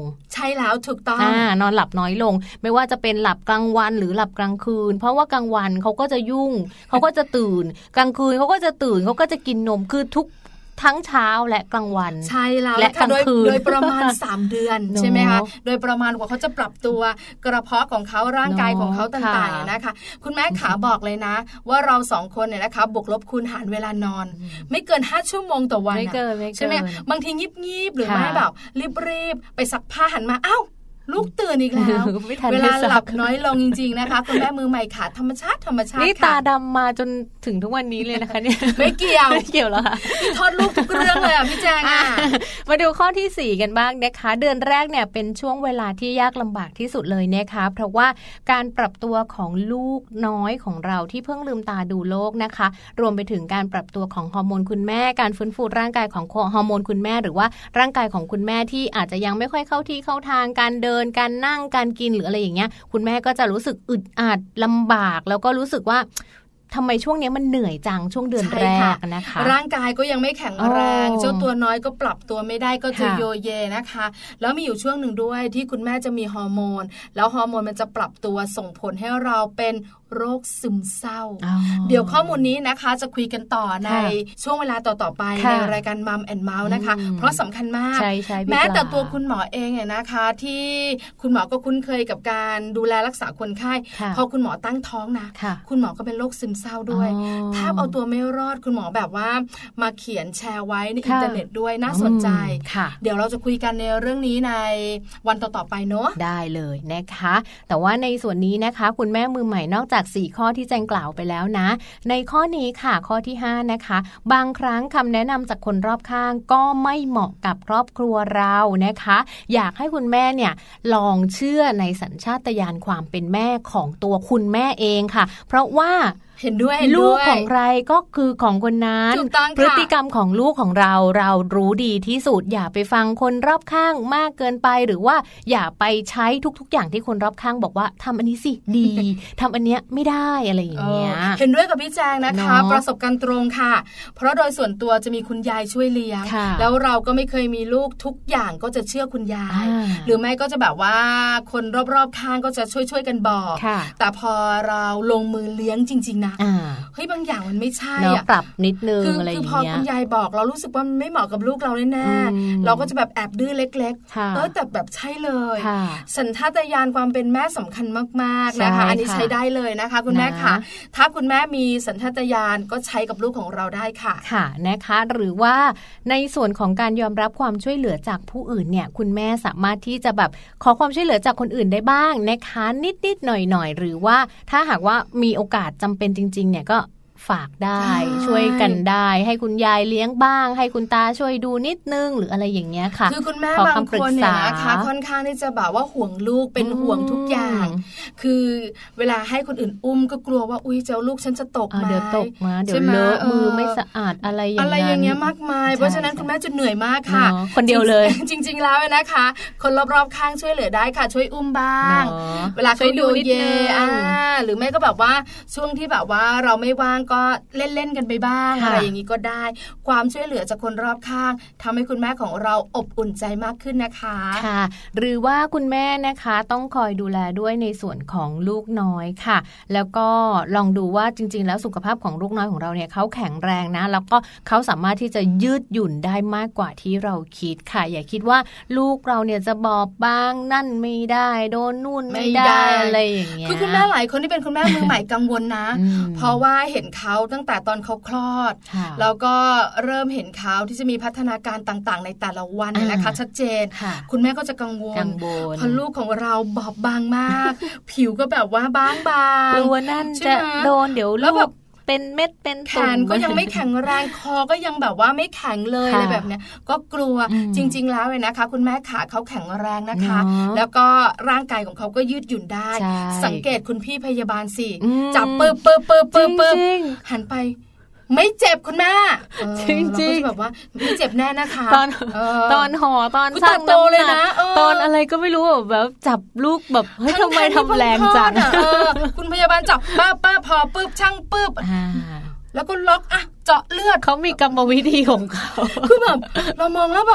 ช่แล้วถูกต้องนอนหลับน้อยลงไม่ว่าจะเป็นหลับกลางวันหรือหลับกลางคืนเพราะว่ากลางวันเขาก็จะยุ่งเขาก็จะตื่นกลางคืนเขาก็จะตื่นเขาก็จะกินนมคือทุกทั้งเช้าและกลางวันใช่แล้วและกลางคืนโดยประมาณ3 เดือนใช่ไหมคะโดยประมาณกว่าเขาจะปรับตัวกระเพาะของเขาร่างกายของเขาต่างๆนะคะคุณแม่ขาบอกเลยนะว่าเรา2 คนเนี่ยนะคะบวกลบคูณหารเวลานอนไม่เกิน5 ชั่วโมงต่อวันใช่ไหมบางทีงีบๆหรือไม่แบบรีบๆไปซักผ้าหันมาอ้าวลูกตื่นอีกแล้วเวลาหลับน้อยลงจริงๆนะคะคุณแม่มือใหม่ค่ะธรรมชาตินี่ตาดำมาจนถึงทุกวันนี้เลยนะคะเนี่ยไม่เกี่ยวแล้วค่ะทอดลูกทุกเรื่องเลยอ่ะพี่แจงมาดูข้อที่4กันบ้างนะคะเดือนแรกเนี่ยเป็นช่วงเวลาที่ยากลำบากที่สุดเลยนะคะเพราะว่าการปรับตัวของลูกน้อยของเราที่เพิ่งลืมตาดูโลกนะคะรวมไปถึงการปรับตัวของฮอร์โมนคุณแม่การฟื้นฟูร่างกายของฮอร์โมนคุณแม่หรือว่าร่างกายของคุณแม่ที่อาจจะยังไม่ค่อยเข้าที่เข้าทางการเดินการนั่งการกินหรืออะไรอย่างเงี้ยคุณแม่ก็จะรู้สึกอึดอัดลำบากแล้วก็รู้สึกว่าทำไมช่วงนี้มันเหนื่อยจังช่วงเดือนแรกนะคะร่างกายก็ยังไม่แข็งแรงเจ้าตัวน้อยก็ปรับตัวไม่ได้ก็จะโยเยนะคะแล้วมีอยู่ช่วงหนึ่งด้วยที่คุณแม่จะมีฮอร์โมนแล้วฮอร์โมนมันจะปรับตัวส่งผลให้เราเป็นโรคซึมเศร้าเดี๋ยวข้อมูลนี้นะคะจะคุยกันต่อในช่วงเวลาต่อๆไปในรายการมัมแอนด์เมาส์นะคะเพราะสำคัญมากแม้แต่ตัวคุณหมอเองเนี่ยนะคะที่คุณหมอก็คุ้นเคยกับการดูแลรักษาคนไข้พอคุณหมอตั้งท้องนะคุณหมอก็เป็นโรคซึมเศร้าด้วยถ้าเอาตัวไม่รอดคุณหมอแบบว่ามาเขียนแชร์ไว้ในอินเทอร์เน็ตด้วยน่าสนใจเดี๋ยวเราจะคุยกันในเรื่องนี้ในวันต่อๆไปเนาะได้เลยนะคะแต่ว่าในส่วนนี้นะคะคุณแม่มือใหม่นอกจาก4ข้อที่แจงกล่าวไปแล้วนะในข้อนี้ค่ะข้อที่5นะคะบางครั้งคำแนะนำจากคนรอบข้างก็ไม่เหมาะกับครอบครัวเรานะคะอยากให้คุณแม่เนี่ยลองเชื่อในสัญชาตญาณความเป็นแม่ของตัวคุณแม่เองค่ะเพราะว่าเห็นด้วยลูกของใครก็คือของคนนั้นพฤติกรรมของลูกของเรารู้ดีที่สุดอย่าไปฟังคนรอบข้างมากเกินไปหรือว่าอย่าไปใช้ทุกๆอย่างที่คนรอบข้างบอกว่าทำอันนี้สิดีทำอันเนี้ยไม่ได้อะไรอย่างเงี้ยเห็นด้วยกับพี่แจงนะคะประสบการณ์ตรงค่ะเพราะโดยส่วนตัวจะมีคุณยายช่วยเลี้ยงแล้วเราก็ไม่เคยมีลูกทุกอย่างก็จะเชื่อคุณยายหรือไม่ก็จะแบบว่าคนรอบๆข้างก็จะช่วยกันบอกแต่พอเราลงมือเลี้ยงจริงๆนะเฮ้ยบางอย่างมันไม่ใช่อ่ะปรับนิดนึงอะไรอย่างเงี้ยคือพอคุณยายบอกเรารู้สึกว่ามันไม่เหมาะกับลูกเราแน่ๆเราก็จะแบบแอบดื้อเล็กๆแต่แบบใช่เลยสัญชาตญาณความเป็นแม่สำคัญมากๆนะคะอันนี้ใช้ได้เลยนะคะคุณแม่ค่ะถ้าคุณแม่มีสัญชาตญาณก็ใช้กับลูกของเราได้ค่ะค่ะนะคะหรือว่าในส่วนของการยอมรับความช่วยเหลือจากผู้อื่นเนี่ยคุณแม่สามารถที่จะแบบขอความช่วยเหลือจากคนอื่นได้บ้างนะคะนิดๆหน่อยๆหรือว่าถ้าหากว่ามีโอกาสจำเป็นจริงๆเนี่ยก็ฝากได้ช่วยกันได้ให้คุณยายเลี้ยงบ้างให้คุณตาช่วยดูนิดนึงหรืออะไรอย่างเงี้ยค่ะคือคุณแม่บางคนเนี่ยนะคะค่อนข้างที่จะแบบว่าห่วงลูกเป็นห่วงทุกอย่างคือเวลาให้คนอื่นอุ้มก็กลัวว่าอุ้ยเจ้าลูกฉันจะตกมาเดี๋ยวตกมาเดี๋ยวเลอะมือไม่สะอาดอะไรอย่างเงี้ยมากมายเพราะฉะนั้นคุณแม่จะเหนื่อยมากค่ะคนเดียวเลยจริงๆแล้วนะคะคนรอบๆข้างช่วยเหลือได้ค่ะช่วยอุ้มบ้างเวลาเขาดูเย่หรือไม่ก็แบบว่าช่วงที่แบบว่าเราไม่ว่างก็เล่นๆกันไปบ้างอะไรอย่างนี้ก็ได้ความช่วยเหลือจากคนรอบข้างทำให้คุณแม่ของเราอบอุ่นใจมากขึ้นนะคะค่ะหรือว่าคุณแม่นะคะต้องคอยดูแลด้วยในส่วนของลูกน้อยค่ะแล้วก็ลองดูว่าจริงๆแล้วสุขภาพของลูกน้อยของเราเนี่ยเขาแข็งแรงนะแล้วก็เขาสามารถที่จะยืดหยุ่นได้มากกว่าที่เราคิดค่ะอย่าคิดว่าลูกเราเนี่ยจะบอบบางนั่นไม่ได้โดนนู่นไม่ได้อะไรอย่างเงี้ยคือคุณแม่หลายคนที่เป็นคุณแม่มือใหม่กังวลนะเพราะว่าเห็นเขาตั้งแต่ตอนเขาคลอดแล้วก็เริ่มเห็นเขาที่จะมีพัฒนาการต่างๆในแต่ละวันนะคะชัดเจนคุณแม่ก็จะกังวลพอลูกของเราบอบบางมากผิวก็แบบว่าบางกลัวนั่นจะโดนเดี๋ยวลูกเป็นเม็ดเป็นตุ่มแขนก็ยังไม่แข็งแรงคอก็ยังแบบว่าไม่แข็งเลยอะไรแบบเนี้ยก็กลัวจริงๆแล้วเลยนะคะคุณแม่ขาเขาแข็งแรงนะคะแล้วก็ร่างกายของเขาก็ยืดหยุ่นได้สังเกตคุณพี่พยาบาลสิจับปึ๊บหันไปไม่เจ็บคุณแม่จริงๆแบบว่าไม่เจ็บแน่นะคะตอนห่อตอนชั่งน้ำหนักตอนอะไรก็ไม่รู้แบบจับลูกแบบเฮ้ยทำไมทำแรงจังคุณพยาบาลจับป้าพอปึ๊บชั่งปึ๊บแล้วก็ล็อกอ่ะเจาะเลือดเขามีกรรมวิธีของเขาคือแบบเรามองแล้วแบบ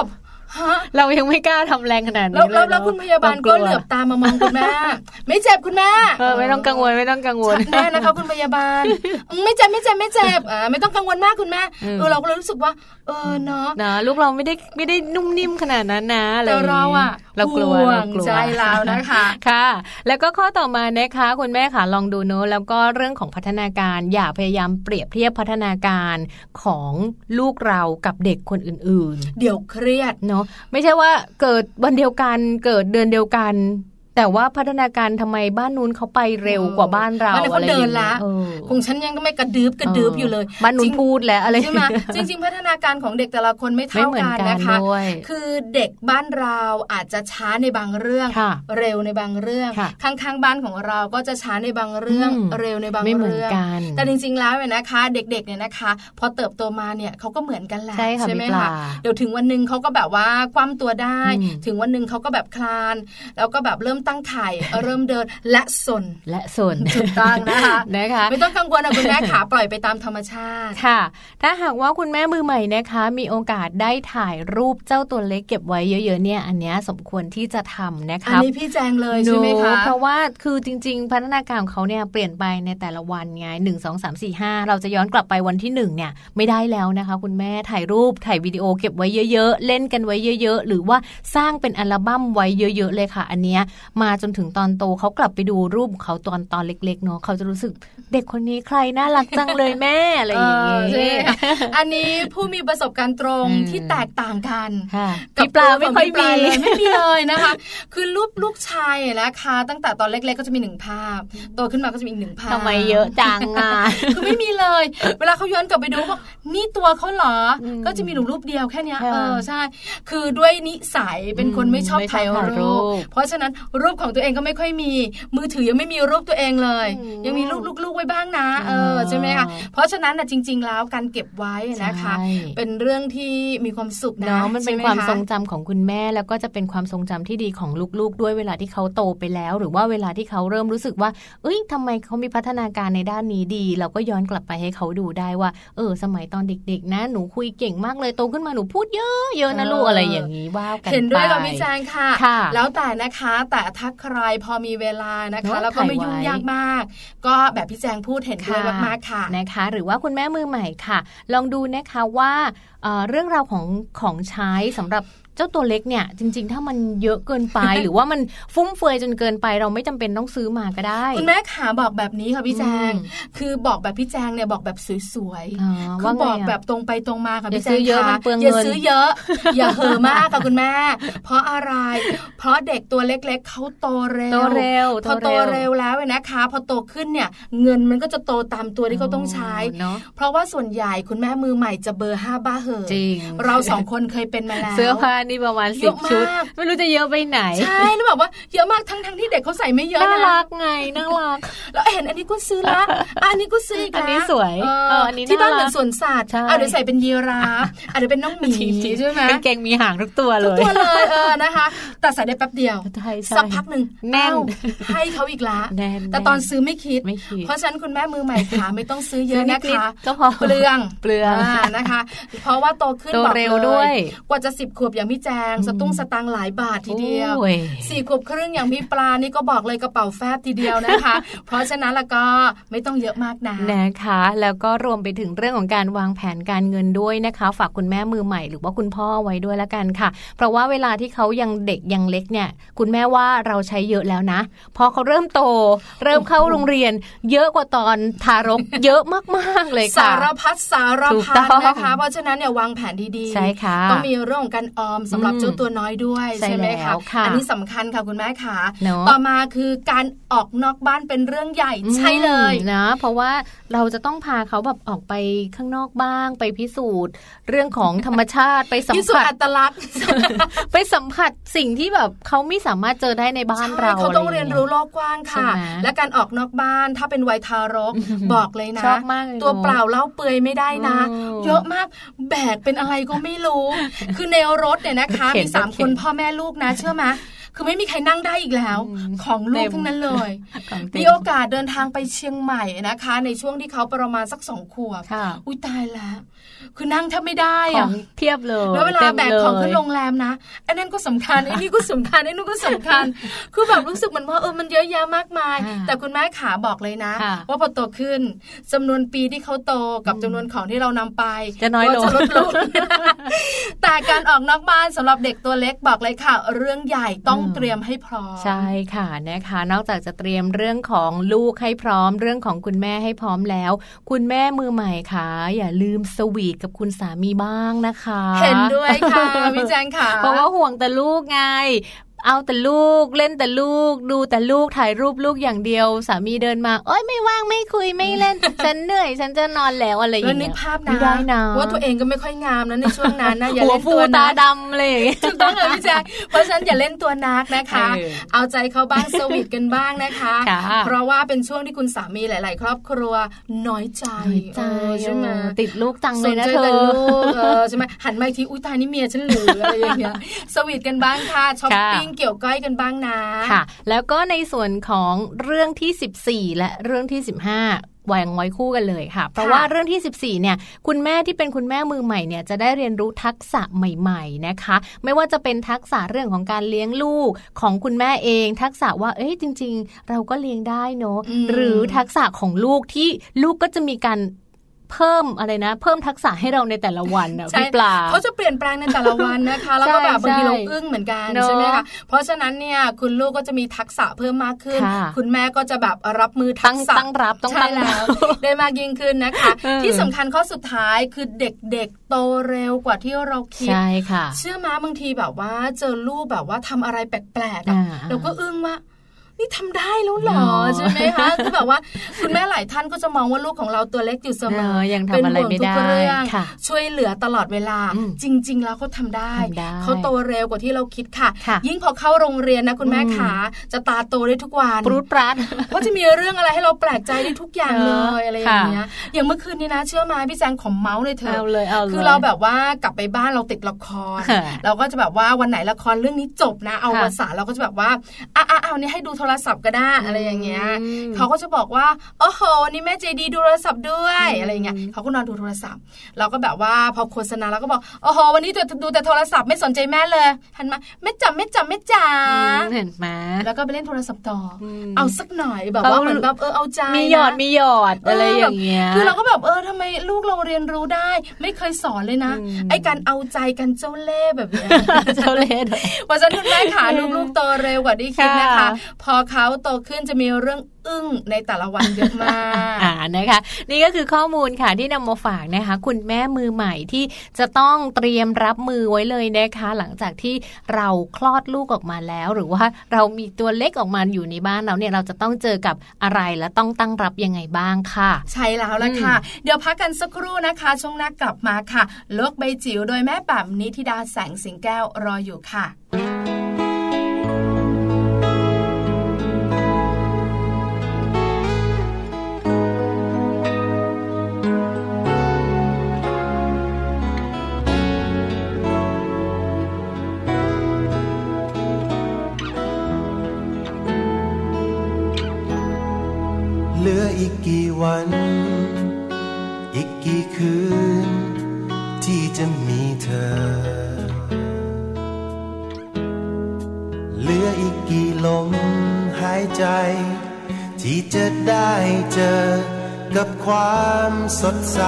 เรายังไม่กล้าทำแรงขนาดนี้เลยแล้วคุณพยาบาลก็เหลือบตามามองคุณแม่ไม่เจ็บคุณแม่ไม่ต้องกังวลแน่นะคะคุณพยาบาลไม่เจ็บไม่ต้องกังวลมากคุณแม่เราก็เลยรู้สึกว่าเนาะลูกเราไม่ได้นุ่มนิ่มขนาดนั้นนะแต่เรากลัวใจเรานะคะค่ะแล้วก็ข้อต่อมานะคะคุณแม่ค่ะลองดูเนอะแล้วก็เรื่องของพัฒนาการอย่าพยายามเปรียบเทียบพัฒนาการของลูกเรากับเด็กคนอื่นๆเดี๋ยวเครียดเนาะไม่ใช่ว่าเกิดวันเดียวกันเกิดเดือนเดียวกันแต่ว่าพัฒนาการทำไมบ้านนู้นเขาไปเร็วกว่าบ้านเราอะไรอย่างเงี้ยคงฉันยังก็ไม่กระดืบอยู่เลยบ้านนู้นพูดแล้วอะไรใช่ไหมจริงๆพัฒนาการของเด็กแต่ละคนไม่เท่ากันนะคะคือเด็กบ้านเราอาจจะช้าในบางเรื่องเร็วในบางเรื่องข้างๆบ้านของเราก็จะช้าในบางเรื่องเร็วในบางเรื่องแต่จริงๆแล้วเนี่ยนะคะเด็กๆเนี่ยนะคะพอเติบโตมาเนี่ยเขาก็เหมือนกันแหละใช่ไหมคะเดี๋ยวถึงวันนึงเขาก็แบบว่าคว่ำตัวได้ถึงวันนึงเขาก็แบบคลานแล้วก็แบบเริ่มตั้งไข่เริ่มเดินและสนถูกต้องนะคะไม่ต้องกังวลนะคุณแม่ขาปล่อยไปตามธรรมชาติค่ะถ้าหากว่าคุณแม่มือใหม่นะคะมีโอกาสได้ถ่ายรูปเจ้าตัวเล็กเก็บไว้เยอะๆเนี่ยอันนี้สมควรที่จะทำนะคะอันนี้พี่แจงเลยใช่ไหมคะเพราะว่าคือจริงๆพัฒนาการของเขาเนี่ยเปลี่ยนไปในแต่ละวันไง1 2 3 4 5เราจะย้อนกลับไปวันที่1เนี่ยไม่ได้แล้วนะคะคุณแม่ถ่ายรูปถ่ายวิดีโอเก็บไว้เยอะๆเล่นกันไว้เยอะๆหรือว่าสร้างเป็นอัลบั้มไว้เยอะๆเลยค่ะอันนี้มาจนถึงตอนโตเขากลับไปดูรูปเขาตอนเล็กๆเนาะเขาจะรู้สึกเด็กคนนี้ใครน่ารักจังเลยแม่อะไรอย่างเงี้ยอันนี้ผู้มีประสบการณ์ตรงที่แตกต่างกันกับปลาไม่ค่อยมีไม่มีเลยนะคะคือรูปลูกชายนะคะตั้งแต่ตอนเล็กๆก็จะมี1ภาพโตขึ้นมาก็จะมีอีก1ภาพทำไมเยอะจังอ่ะคือไม่มีเลยเวลาเขาย้อนกลับไปดูว่านี่ตัวเขาเหรอก็จะมีรูปเดียวแค่นี้ใช่คือด้วยนิสัยเป็นคนไม่ชอบถ่ายรูปเพราะฉะนั้นรูปของตัวเองก็ไม่ค่อยมีมือถือยังไม่มีรูปตัวเองเลยยังมีรูปลูกๆไว้บ้างนะใช่ไหมคะเพราะฉะนั้นจริงๆแล้วการเก็บไว้นะคะเป็นเรื่องที่มีความสุขนะมันเป็นความทรงจำของคุณแม่แล้วก็จะเป็นความทรงจำที่ดีของลูกๆด้วยเวลาที่เขาโตไปแล้วหรือว่าเวลาที่เขาเริ่มรู้สึกว่าทำไมเขามีพัฒนาการในด้านนี้ดีเราก็ย้อนกลับไปให้เขาดูได้ว่าสมัยตอนเด็กๆนะหนูคุยเก่งมากเลยโตขึ้นมาหนูพูดเยอะๆนะลูกอะไรอย่างนี้ว่ากันไปเห็นด้วยกับพี่แจงค่ะแล้วแต่นะคะแต่ถ้าใครพอมีเวลานะคะแล้วก็ไม่ยุ่งยากมากก็แบบพี่แจงพูดเห็นด้วยมากๆค่ะนะคะหรือว่าคุณแม่มือใหม่ค่ะลองดูนะคะว่าเรื่องราวของใช้สำหรับเจ้าตัวเล็กเนี่ยจริงๆถ้ามันเยอะเกินไป หรือว่ามันฟุ่มเฟือยจนเกินไปเราไม่จำเป็นต้องซื้อมาก็ได้คุณแม่ขาบอกแบบนี้ค่ะพี่แจงคือบอกแบบพี่แจงเนี่ยบอกแบบสวยๆคือบอกแบบตรงไปตรงมาค่ะพี่แจงค่ะอย่าซื้อเยอะอย่าเห่อมากค่ะคุณแม่เพราะอะไรเพราะเด็กตัวเล็กๆเขาโตเร็วพอโตเร็วแล้วนะคะพอโตขึ้นเนี่ยเงินมันก็จะโตตามตัวที่เขาต้องใช้เพราะว่าส่วนใหญ่คุณแม่มือใหม่จะเบอร์5บ้าเห่อเรา2คนเคยเป็นมาแล้วเสื้อผ้านี่ประมาณ10 ชุดไม่รู้จะเยอะไปไหนใช่แล้วแบบว่าเยอะมากทั้งที่เด็กเขาใส่ไม่เยอะนะน่ารักไงน่ารักแล้วเห็นอันนี้ก็ซื้อละอันนี้ก็ซื้ออีกอันนี้สวยอันนี้ที่บ้านเหมือนสวนสัตว์เดี๋ยวใส่เป็นยีราฟเดี๋ยวเป็นน้องหมีใช่ไหมเป็นเก่งมีหางทุกตัวเลยนะคะแต่ใส่ได้แป๊บเดียวสักพักนึงแน่นให้เขาอีกละแต่ตอนซื้อไม่คิดเพราะฉะนั้นคุณแม่มือใหม่ขาไม่ต้องซื้อเยอะนะคะเปลืองนะคะเพราะว่าโตขึ้นบอกเลยกว่าจะ10 ขวบอย่างพี่แจงสตุ้งสตังหลายบาททีเดียว4 ขวบครึ่งอย่างพี่ปลานี่ก็บอกเลยกระเป๋าแฟบทีเดียวนะคะเพราะฉะนั้นแล้วก็ไม่ต้องเยอะมากนะคะแล้วก็รวมไปถึงเรื่องของการวางแผนการเงินด้วยนะคะฝากคุณแม่มือใหม่หรือว่าคุณพ่อไว้ด้วยละกันค่ะเพราะว่าเวลาที่เขายังเด็กยังเล็กเนี่ยคุณแม่ว่าเราใช้เยอะแล้วนะพอเขาเริ่มโตเริ่มเข้าโรงเรียนเยอะกว่าตอนทารกเยอะมากๆเลยค่ะสารพัดนะคะเพราะฉะนั้นเนี่ยวางแผนดีๆใช่ค่ะต้องมีเรื่องของการออมสำหรับเจ้าตัวน้อยด้วยใช่ไหมคะอันนี้สำคัญค่ะคุณแม่ค่ะต่อมาคือการออกนอกบ้านเป็นเรื่องใหญ่ใช่เลยนะเพราะว่าเราจะต้องพาเขาแบบออกไปข้างนอกบ้างไปพิสูจน์เรื่องของธรรมชาติไปสัมผัสพิสูจน์อัตลักษณ์ไปสัมผัสสิ่งที่แบบเขาไม่สามารถเจอได้ในบ้านเราเขาต้องเรียนรู้โลกกว้างค่ะและการออกนอกบ้านถ้าเป็นวัยทารกบอกเลยนะตัวเปล่าเล่าเปลือยไม่ได้นะเยอะมากแบกเป็นอะไรก็ไม่รู้คือในรถเนี่ยนะคะมี3 คนพ่อแม่ลูกนะเชื่อไหมคือไม่มีใครนั่งได้อีกแล้วของลูกทั้งนั้นเลยมีโอกาสเดินทางไปเชียงใหม่นะคะในช่วงที่เขาประมาณสัก2 ขวบอุ้ยตายแล้วคือนั่งแทบไม่ได้อะเพียบเลยแล้วเวลาแบกของขึ้นโรงแรมนะไอ้นั่นก็สำคัญไอ้นี่ก็สำคัญไอ้นู่นก็สำคัญคือแบบรู้สึกเหมือนว่ามันเยอะแยะมากมายแต่คุณแม่ขาบอกเลยนะว่าพอโตขึ้นจำนวนปีที่เขาโตกับจำนวนของที่เรานำไปจะน้อยลงแต่การออกนอกบ้านสำหรับเด็กตัวเล็กบอกเลยค่ะเรื่องใหญ่ต้องเตรียมให้พร้อมใช่ค่ะนะคะนอกจากจะเตรียมเรื่องของลูกให้พร้อมเรื่องของคุณแม่ให้พร้อมแล้วคุณแม่มือใหม่ค่ะอย่าลืมสวีทกับคุณสามีบ้างนะคะเห็นด้วยค่ะพี่แจงค่ะเพราะว่าห่วงแต่ลูกไงเอาแต่ลูกเล่นแต่ลูกดูแต่ลูกถ่ายรูปลูกอย่างเดียวสามีเดินมาเอ้ยไม่ว่างไม่คุยไม่เล่น ฉันเหนื่อยฉันจะนอนแล้วอะไรอย่างเงี้ยนึกภาพนะว่าตัวเองก็ไม่ค่อยงามนะในช่วงนั้นนะอย่าเล่นตัวตาดำเลยถูกต้องเลยพี่แจ๊คเพราะฉะนั้นอย่าเล่นตัวนักนะคะเอาใจเขาบ้างสวีทกันบ้างนะคะเพราะว่าเป็นช่วงที่คุณสามีหลายๆครอบครัวน้อยใจใช่ไหมติดลูกจังเลยนะเธอใช่ไหมหันมาทีอุ้ยตายนี่เมียฉันเหลืออะไรอย่างเงี้ยสวีทกันบ้างค่ะช้อปปิ้งเกี่ยวก้อยกันบ้างนะค่ะแล้วก็ในส่วนของเรื่องที่14และเรื่องที่15วางไว้คู่กันเลยค่ะเพราะว่าเรื่องที่14เนี่ยคุณแม่ที่เป็นคุณแม่มือใหม่เนี่ยจะได้เรียนรู้ทักษะใหม่ๆนะคะไม่ว่าจะเป็นทักษะเรื่องของการเลี้ยงลูกของคุณแม่เองทักษะว่าจริงๆเราก็เลี้ยงได้เนาะหรือทักษะของลูกที่ลูกก็จะมีการเพิ่มอะไรนะเพิ่มทักษะให้เราในแต่ละวันนะพี่ปลาเขาจะเปลี่ยนแปลงในแต่ละวันนะคะแล้วก็แบบบางทีเราอึ้งเหมือนกันใช่ไหมคะเพราะฉะนั้นเนี่ยคุณลูกก็จะมีทักษะเพิ่มมากขึ้นคุณแม่ก็จะแบบรับมือทักษะตั้งรับต้องตั้งแล้วได้มากยิ่งขึ้นนะคะที่สำคัญข้อสุดท้ายคือเด็กๆโตเร็วกว่าที่เราคิดใช่ค่ะเชื่อมั้ยบางทีแบบว่าเจอลูกแบบว่าทำอะไรแปลกๆเราก็อึ้งว่านี่ทำได้แล้วหรอใช่ไหมคะคือแบบว่าคุณแม่หลายท่านก็จะมองว่าลูกของเราตัวเล็กอยู่เสมอยังทำอะไรไม่ได้ช่วยเหลือตลอดเวลาจริงๆแล้วเขาทำได้เขาโตเร็วกว่าที่เราคิดค่ะยิ่งพอเข้าโรงเรียนนะคุณแม่ขาจะตาโตได้ทุกวันปรุดปราดเพราะจะมีเรื่องอะไรให้เราแปลกใจได้ทุกอย่างเลยอะไรอย่างเงี้ยอย่างเมื่อคืนนี้นะเชื่อมาพี่แจงขอเมาส์เลยเธอคือเราแบบว่ากลับไปบ้านเราติดละครเราก็จะแบบว่าวันไหนละครเรื่องนี้จบนะเอาภาษาเราก็จะแบบว่าเอาเนี่ยให้ดูโทรศัพท์ก็ได้อะไรอย่างเงี้ยเขาก็จะบอกว่าโอ้โหนี่แม่ใจดีดูโทรศัพท์ด้วยอะไรอย่างเงี้ยเขาก็นอนดูโทรศัพท์เราก็แบบว่าพอโฆษณาแล้วก็บอกโอ้โหวันนี้ดูแต่โทรศัพท์ไม่สนใจแม่เลยหันมาแม่จ๋าเห็นไหมแล้วก็ไปเล่นโทรศัพท์ต่อเอาสักหน่อยแบบว่าเหมือนแบบเอาใจมีหยอดอะไรอย่างเงี้ยคือเราก็แบบทำไมลูกเราเรียนรู้ได้ไม่เคยสอนเลยนะไอ้การเอาใจกันเจ้าเล่ห์แบบนี้เจ้าเล่ห์เพราะฉะนั้นแม่ขาลูกๆโตเร็วกว่าที่คิดนะคะพอเขาโตขึ้นจะมีเรื่องอึ้งในแต่ละวันเยอะมากนะคะนี่ก็คือข้อมูลค่ะที่นำมาฝากนะคะคุณแม่มือใหม่ที่จะต้องเตรียมรับมือไว้เลยนะคะหลังจากที่เราคลอดลูกออกมาแล้วหรือว่าเรามีตัวเล็กออกมาอยู่ในบ้านเราเนี่ยเราจะต้องเจอกับอะไรและต้องตั้งรับยังไงบ้างค่ะใช่แล้วล่ะค่ะเดี๋ยวพักกันสักครู่นะคะช่วงหน้ากลับมาค่ะโลกใบจิ๋วโดยแม่แป๋มนิธิดาแสงสิงแก้วรออยู่ค่ะเหลืออีกกี่วันอีกกี่คืนที่จะมีเธอเหลืออีกกี่ลมหายใจที่จะได้เจอกับความสดใส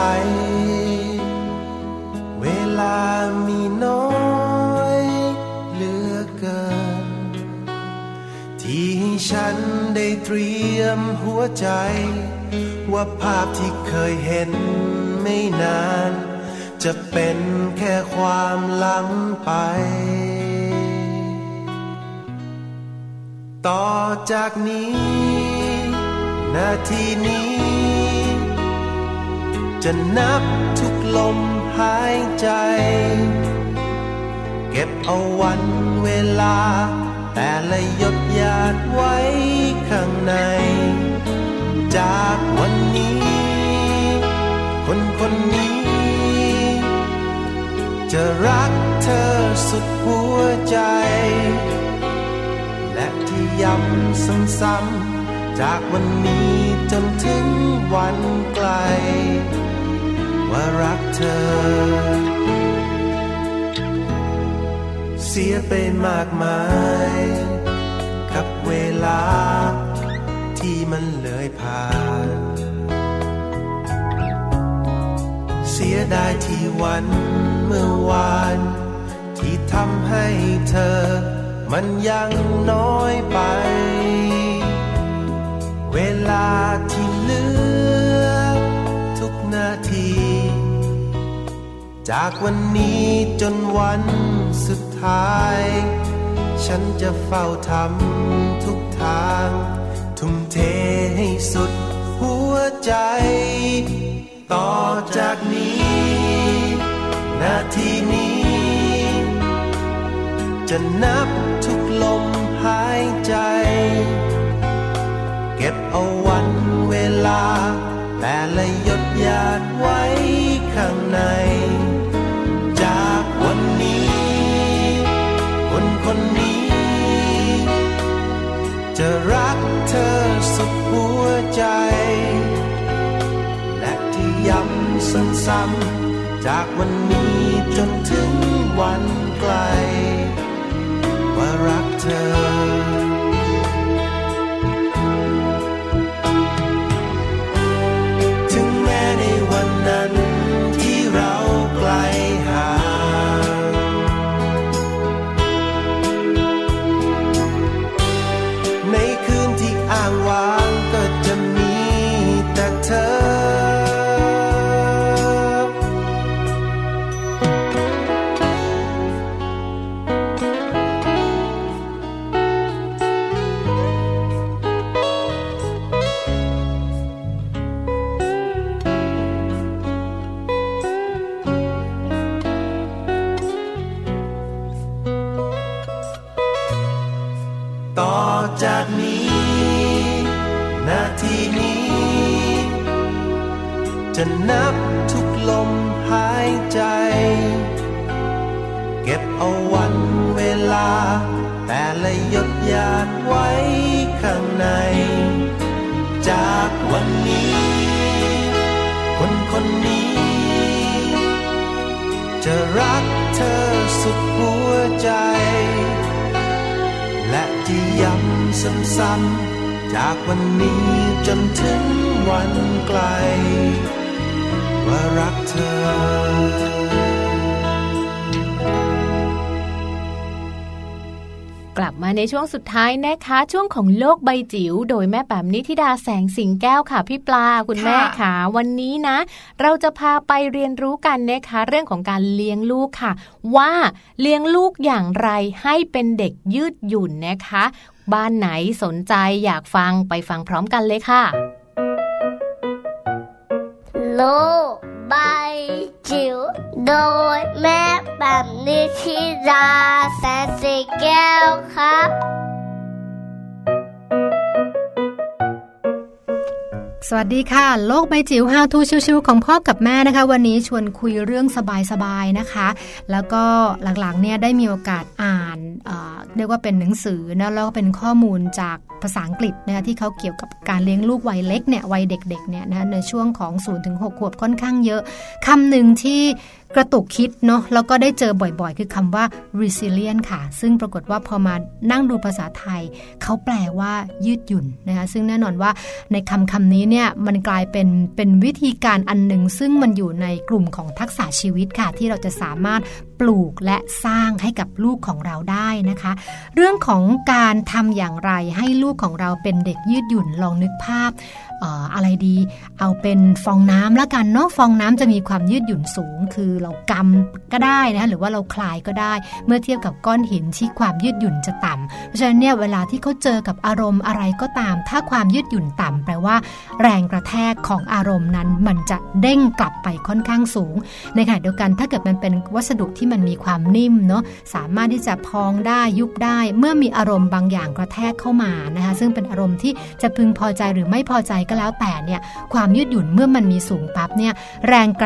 เวลามีน้อยเหลือเกินที่ให้ฉันได้เตรียมหัวใจว่าภาพที่เคยเห็นไม่นานจะเป็นแค่ความหลังไปต่อจากนี้นาทีนี้จะนับทุกลมหายใจเก็บเอาวันเวลาแต่ละหยดหยาดไว้ข้างในจากวันนี้คนนี้จะรักเธอสุดหัวใจย้ำซ้ำๆจากวันนี้จนถึงวันไกลว่ารักเธอเสียไปมากมายกับเวลาที่มันเลยผ่านเสียดายที่วันเมื่อวานที่ทำให้เธอมันยังน้อยไปเวลาที่เหลือทุกนาทีจากวันนี้จนวันสุดท้ายฉันจะเฝ้าทำทุกทางทุ่มเทให้สุดหัวใจต่อจากนี้นาทีนี้จะนับทุกลมหายใจเก็บเอาวันเวลาแต่ละหยดหยาดไว้ข้างในจากวันนี้คนคนนี้จะรักเธอสุดหัวใจและที่ย้ำซ้ำๆจากวันนี้จนถึงวันไกลว่ารักเธอถึงแม้ในวันนั้นที่เราไกลห่างในคืนที่อ้างว้างก็จะมีแต่เธอจากนี้นาทีนี้จะนับทุกลมหายใจเก็บเอาวันเวลาแต่ละหยดหยาดไว้ข้างในจากวันนี้คนคนนี้จะรักเธอสุดหัวใจและที่ย้ำซ้ำๆจากวันนี้จนถึงวันไกลว่ารักเธอกลับมาในช่วงสุดท้ายนะคะช่วงของโลกใบจิ๋วโดยแม่แป๋มนิธิดาแสงสิงแก้วค่ะพี่ปลาคุณแม่ค่ะวันนี้นะเราจะพาไปเรียนรู้กันนะคะเรื่องของการเลี้ยงลูกค่ะว่าเลี้ยงลูกอย่างไรให้เป็นเด็กยืดหยุ่นนะคะบ้านไหนสนใจอยากฟังไปฟังพร้อมกันเลยค่ะโลกใบจิ๋วโดยแม่แป๋มนิธิดาแสงสิงแก้วครับสวัสดีค่ะโลกใบจิ๋ว How to ชิวๆของพ่อกับแม่นะคะวันนี้ชวนคุยเรื่องสบายๆนะคะแล้วก็หลังๆเนี่ยได้มีโอกาสอ่านเรียกว่าเป็นหนังสือนะแล้วก็เป็นข้อมูลจากภาษาอังกฤษนะคะที่เขาเกี่ยวกับการเลี้ยงลูกวัยเล็กเนี่ยวัยเด็กๆเนี่ยนะในช่วงของ 0-6 ขวบค่อนข้างเยอะคำหนึ่งที่กระตุกคิดเนาะแล้วก็ได้เจอบ่อยๆคือคำว่า resilient ค่ะซึ่งปรากฏว่าพอมานั่งดูภาษาไทยเขาแปลว่ายืดหยุ่นนะคะซึ่งแน่นอนว่าในคำนี้เนี่ยมันกลายเป็นวิธีการอันหนึ่งซึ่งมันอยู่ในกลุ่มของทักษะชีวิตค่ะที่เราจะสามารถปลูกและสร้างให้กับลูกของเราได้นะคะเรื่องของการทำอย่างไรให้ลูกของเราเป็นเด็กยืดหยุ่นลองนึกภาพอะไรดีเอาเป็นฟองน้ำแล้วกันเนาะฟองน้ำจะมีความยืดหยุ่นสูงคือเรากำก็ได้นะหรือว่าเราคลายก็ได้เมื่อเทียบกับก้อนหินที่ความยืดหยุ่นจะต่ำเพราะฉะนั้นเนี่ยเวลาที่เขาเจอกับอารมณ์อะไรก็ตามถ้าความยืดหยุ่นต่ำแปลว่าแรงกระแทกของอารมณ์นั้นมันจะเด้งกลับไปค่อนข้างสูงในขณะเดียวกันถ้าเกิดมันเป็นวัสดุที่มันมีความนิ่มเนาะสามารถที่จะพองได้ยุบได้เมื่อมีอารมณ์บางอย่างกระแทกเข้ามานะคะซึ่งเป็นอารมณ์ที่จะพึงพอใจหรือไม่พอใจก็แล้วแต่เนี่ยความยืดหยุ่นเมื่อมันมีสูงปั๊บเนี่ยแรงกระแทก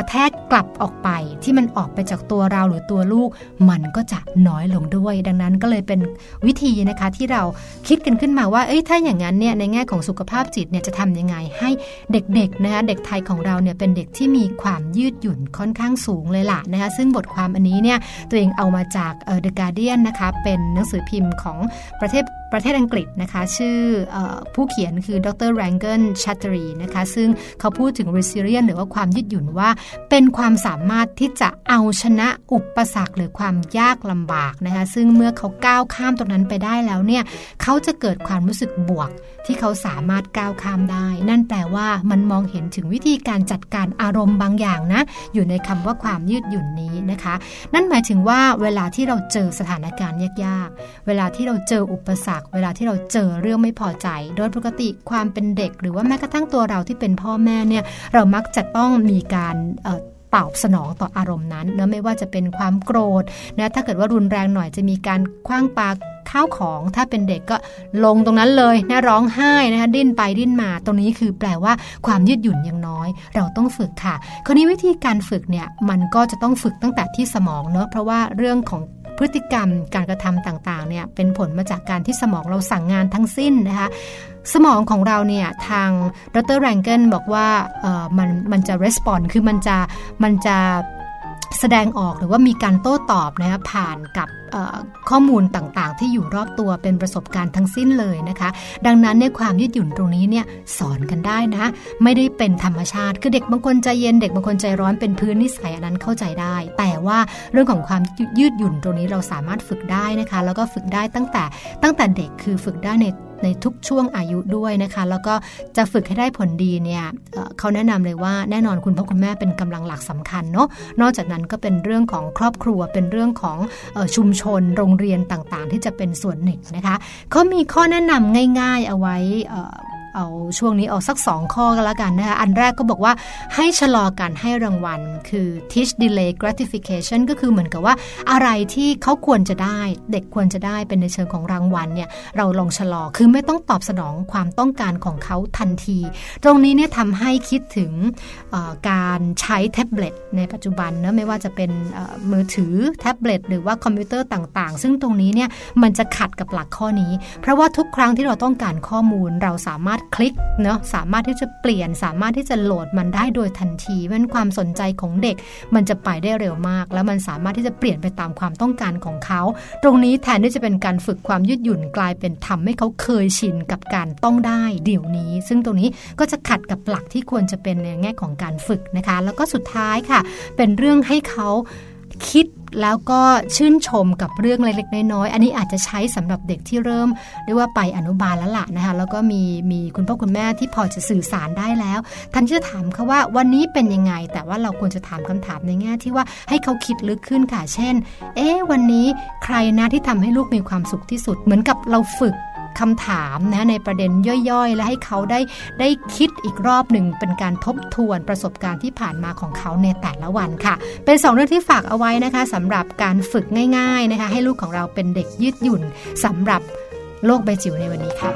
กลับออกไปที่มันออกไปจากตัวเราหรือตัวลูกมันก็จะน้อยลงด้วยดังนั้นก็เลยเป็นวิธีนะคะที่เราคิดกันขึ้นมาว่าถ้าอย่างนั้นเนี่ยในแง่ของสุขภาพจิตเนี่ยจะทำยังไงให้เด็กๆนะคะเด็กไทยของเราเนี่ยเป็นเด็กที่มีความยืดหยุ่นค่อนข้างสูงเลยล่ะนะคะซึ่งบทความอันนี้เนี่ยตัวเองเอามาจากThe Guardian นะคะเป็นหนังสือพิมพ์ของประเทศอังกฤษนะคะชื่อผู้เขียนคือดร. Rangan Chatterjee นะคะซึ่งเขาพูดถึง resilience หรือว่าความยืดหยุ่นว่าเป็นความสามารถที่จะเอาชนะอุปสรรคหรือความยากลำบากนะคะซึ่งเมื่อเขาก้าวข้ามตรงนั้นไปได้แล้วเนี่ยเขาจะเกิดความรู้สึกบวกที่เขาสามารถก้าวข้ามได้นั่นแปลว่ามันมองเห็นถึงวิธีการจัดการอารมณ์บางอย่างนะอยู่ในคำว่าความยืดหยุ่นนี้นะคะนั่นหมายถึงว่าเวลาที่เราเจอสถานการณ์ยากๆเวลาที่เราเจออุปสรรคเวลาที่เราเจอเรื่องไม่พอใจโดยปกติความเป็นเด็กหรือว่าแม้กระทั่งตัวเราที่เป็นพ่อแม่เนี่ยเรามักจะต้องมีการตอบสนองต่ออารมณ์นั้นนะไม่ว่าจะเป็นความโกรธนะถ้าเกิดว่ารุนแรงหน่อยจะมีการขว้างปาข้าวของถ้าเป็นเด็กก็ลงตรงนั้นเลยนะร้องไห้นะคะดิ้นไปดิ้นมาตรงนี้คือแปลว่าความยืดหยุ่นยังน้อยเราต้องฝึกค่ะคราวนี้วิธีการฝึกเนี่ยมันก็จะต้องฝึกตั้งแต่ที่สมองเนอะเพราะว่าเรื่องของพฤติกรรมการกระทำต่างๆเนี่ยเป็นผลมาจากการที่สมองเราสั่งงานทั้งสิ้นนะคะสมองของเราเนี่ยทางดร. Rangan บอกว่ามันจะ respond คือมันจะแสดงออกหรือว่ามีการโต้ตอบนะคะผ่านกับข้อมูลต่างๆที่อยู่รอบตัวเป็นประสบการณ์ทั้งสิ้นเลยนะคะดังนั้นในความยืดหยุ่นตรงนี้เนี่ยสอนกันได้นะไม่ได้เป็นธรรมชาติคือเด็กบางคนใจเย็นเด็กบางคนใจร้อนเป็นพื้นนิสัยอันนั้นเข้าใจได้แต่ว่าเรื่องของความยืดหยุ่นตรงนี้เราสามารถฝึกได้นะคะแล้วก็ฝึกได้ตั้งแต่เด็กคือฝึกได้ในทุกช่วงอายุด้วยนะคะแล้วก็จะฝึกให้ได้ผลดีเนี่ยเขาแนะนำเลยว่าแน่นอนคุณพ่อคุณแม่เป็นกำลังหลักสำคัญเนาะนอกจากนั้นก็เป็นเรื่องของครอบครัวเป็นเรื่องของชุมชนโรงเรียนต่างๆที่จะเป็นส่วนหนึ่งนะคะเขามีข้อแนะนำง่ายๆเอาไว้เอาช่วงนี้เอาสัก2ข้อกันแล้วกันนะคะอันแรกก็บอกว่าให้ชะลอการให้รางวัลคือ teach delay gratification ก็คือเหมือนกับว่าอะไรที่เขาควรจะได้เด็กควรจะได้เป็นในเชิงของรางวัลเนี่ยเราลองชะลอคือไม่ต้องตอบสนองความต้องการของเขาทันทีตรงนี้เนี่ยทำให้คิดถึงการใช้แท็บเล็ตในปัจจุบันนะไม่ว่าจะเป็นมือถือแท็บเล็ตหรือว่าคอมพิวเตอร์ต่างๆซึ่งตรงนี้เนี่ยมันจะขัดกับหลักข้อนี้เพราะว่าทุกครั้งที่เราต้องการข้อมูลเราสามารถคลิกเนาะสามารถที่จะเปลี่ยนสามารถที่จะโหลดมันได้โดยทันทีเพราะฉะนั้นความสนใจของเด็กมันจะไปได้เร็วมากแล้วมันสามารถที่จะเปลี่ยนไปตามความต้องการของเขาตรงนี้แทนที่จะเป็นการฝึกความยืดหยุ่นกลายเป็นทำให้เขาเคยชินกับการต้องได้เดี๋ยวนี้ซึ่งตรงนี้ก็จะขัดกับหลักที่ควรจะเป็นในแง่ของการฝึกนะคะแล้วก็สุดท้ายค่ะเป็นเรื่องให้เขาคิดแล้วก็ชื่นชมกับเรื่องเล็กๆน้อยๆอันนี้อาจจะใช้สำหรับเด็กที่เริ่มเรียกว่าไปอนุบาลแล้วล่ะนะคะแล้วก็มีคุณพ่อคุณแม่ที่พอจะสื่อสารได้แล้วท่านจะถามเขาว่าวันนี้เป็นยังไงแต่ว่าเราควรจะถามคำถามในแง่ที่ว่าให้เขาคิดลึกขึ้นค่ะเช่นวันนี้ใครนะที่ทำให้ลูกมีความสุขที่สุดเหมือนกับเราฝึกคำถามนะในประเด็นย่อยๆและให้เขาได้คิดอีกรอบหนึ่งเป็นการทบทวนประสบการณ์ที่ผ่านมาของเขาในแต่ละวันค่ะเป็น2เรื่องที่ฝากเอาไว้นะคะสำหรับการฝึกง่ายๆนะคะให้ลูกของเราเป็นเด็กยืดหยุ่นสำหรับโลกใบจิ๋วในวันนี้ค่ะ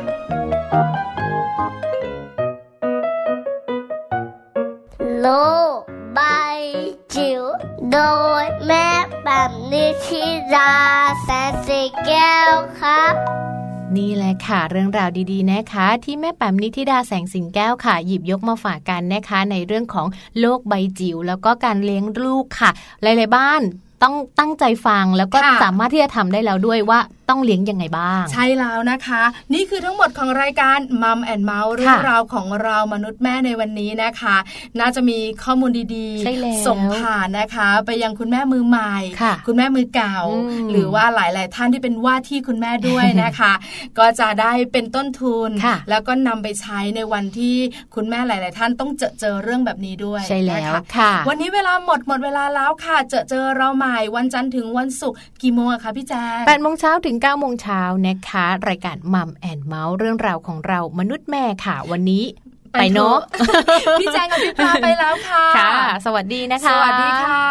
โลกใบจิ๋วโดยแม่แบบนิชิราแสนสีแก้วครับนี่แหละค่ะเรื่องราวดีๆนะคะที่แม่แป๋มนิธิดาแสงสิงแก้วค่ะหยิบยกมาฝากกันนะคะในเรื่องของโลกใบจิ๋วแล้วก็การเลี้ยงลูกค่ะหลายๆบ้านต้องตั้งใจฟังแล้วก็สามารถที่จะทำได้แล้วด้วยว่าต้องเลี้ยงยังไงบ้างใช่แล้วนะคะนี่คือทั้งหมดของรายการมัมแอนด์เมาส์เรื่องราวของเรามนุษย์แม่ในวันนี้นะคะน่าจะมีข้อมูลดีๆส่งผ่านนะคะไปยังคุณแม่มือใหม่คุณแม่มือเก่าหรือว่าหลายๆท่านที่เป็นว่าที่คุณแม่ด้วยนะคะ ก็จะได้เป็นต้นทุนแล้วก็นำไปใช้ในวันที่คุณแม่หลายๆท่านต้องเจอเรื่องแบบนี้ด้วยใช่แล้วค่ะวันนี้เวลาหมดเวลาแล้วค่ะเจอเราใหม่วันจันทร์ถึงวันศุกร์กี่โมงคะพี่แจ๊ค 8 โมงเช้าถึง 9 โมงเช้านะคะรายการมัมแอนด์เมาส์เรื่องราวของเรามนุษย์แม่ค่ะวันนี้ไปเนาะพี่แจ๊คกับพี่ปลาไปแล้วค่ะค่ะสวัสดีนะคะสวัสดีค่ะ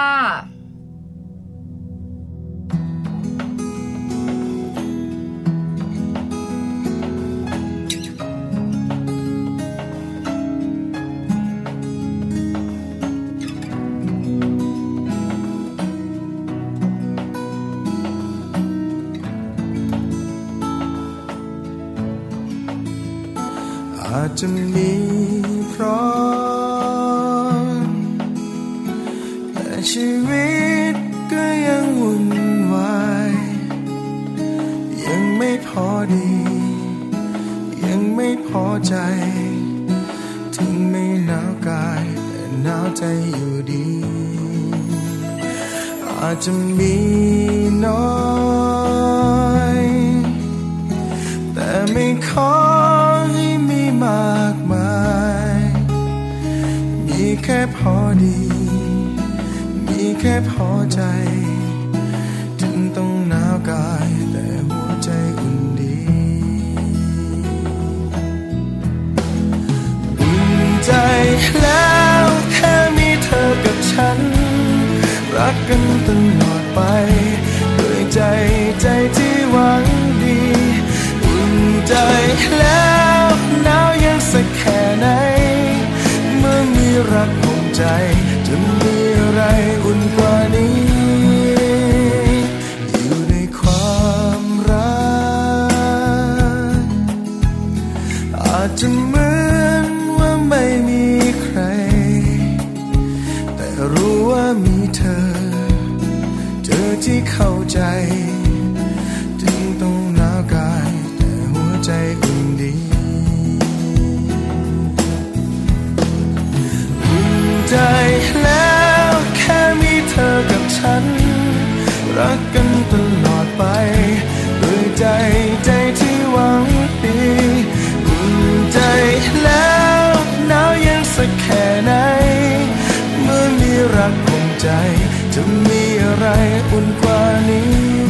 อาจจะมีพร้อมแต่ชีวิตก็ยังวุ่นวายยังไม่พอดียังไม่พอใจถึงไม่หนาวกายแต่หนาวใจอยู่ดีอาจจะมีน้อยแต่ไม่ขอให้มีมากมายมีแค่พอดีมีแค่พอใจถึงต้องหนาวกายแต่หัวใจอุ่นดีอุ่นใจแล้วแค่มีเธอกับฉันรักกันตลอดไปด้วยใจที่หวังดีอุ่นใจแล้วหนาวเย็นสักแค่ไหนเมื่อมีรักห่วงใจจะมีอะไรอุ่นกว่านี้อยู่ในความรักอาจจะเหมือนว่าไม่มีใครแต่รู้ว่ามีเธอที่เข้าใจถึงต้องหนาวกายแต่หัวใจอุ่นดีอุ่นใจแล้วแค่มีเธอกับฉันรักกันตลอดไปด้วยใจที่หวังดีอุ่นใจแล้วหนาวเย็นสักแค่ไหนเมื่อมีรักคงใจจะมีอะไรอุ่นกว่านี้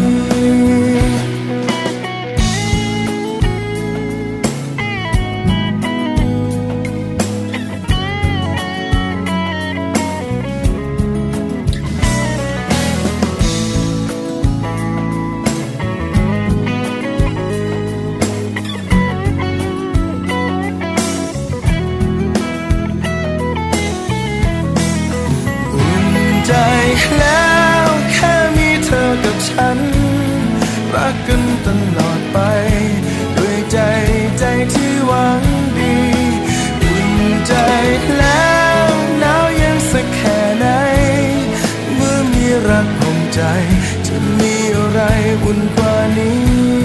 ใจแล้วแค่มีเธอกับฉันรักกันตลอดไปด้วยใจที่หวังดีอุ่นใจแล้วหนาวเย็นสักแค่ไหนเมื่อมีรักห่วงใจจะมีอะไรอุ่นกว่านี้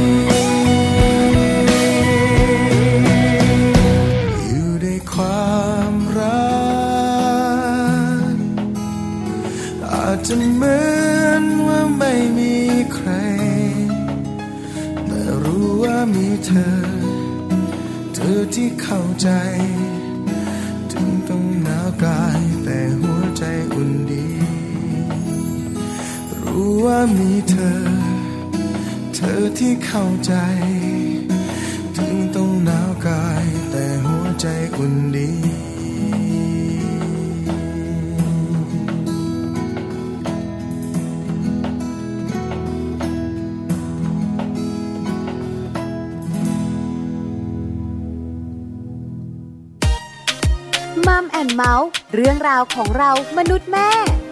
อยู่ในความรักอาจจะเหมือนว่าไม่มีใครแต่รู้ว่ามีเธอที่เข้าใจถึงต้องหนาวกายแต่หัวใจอุ่นดีรู้ว่ามีเธอที่เข้าใจถึงต้องหนาวกายแต่หัวใจอุ่นดีมัมแอนด์เมาส์เรื่องราวของเรามนุษย์แม่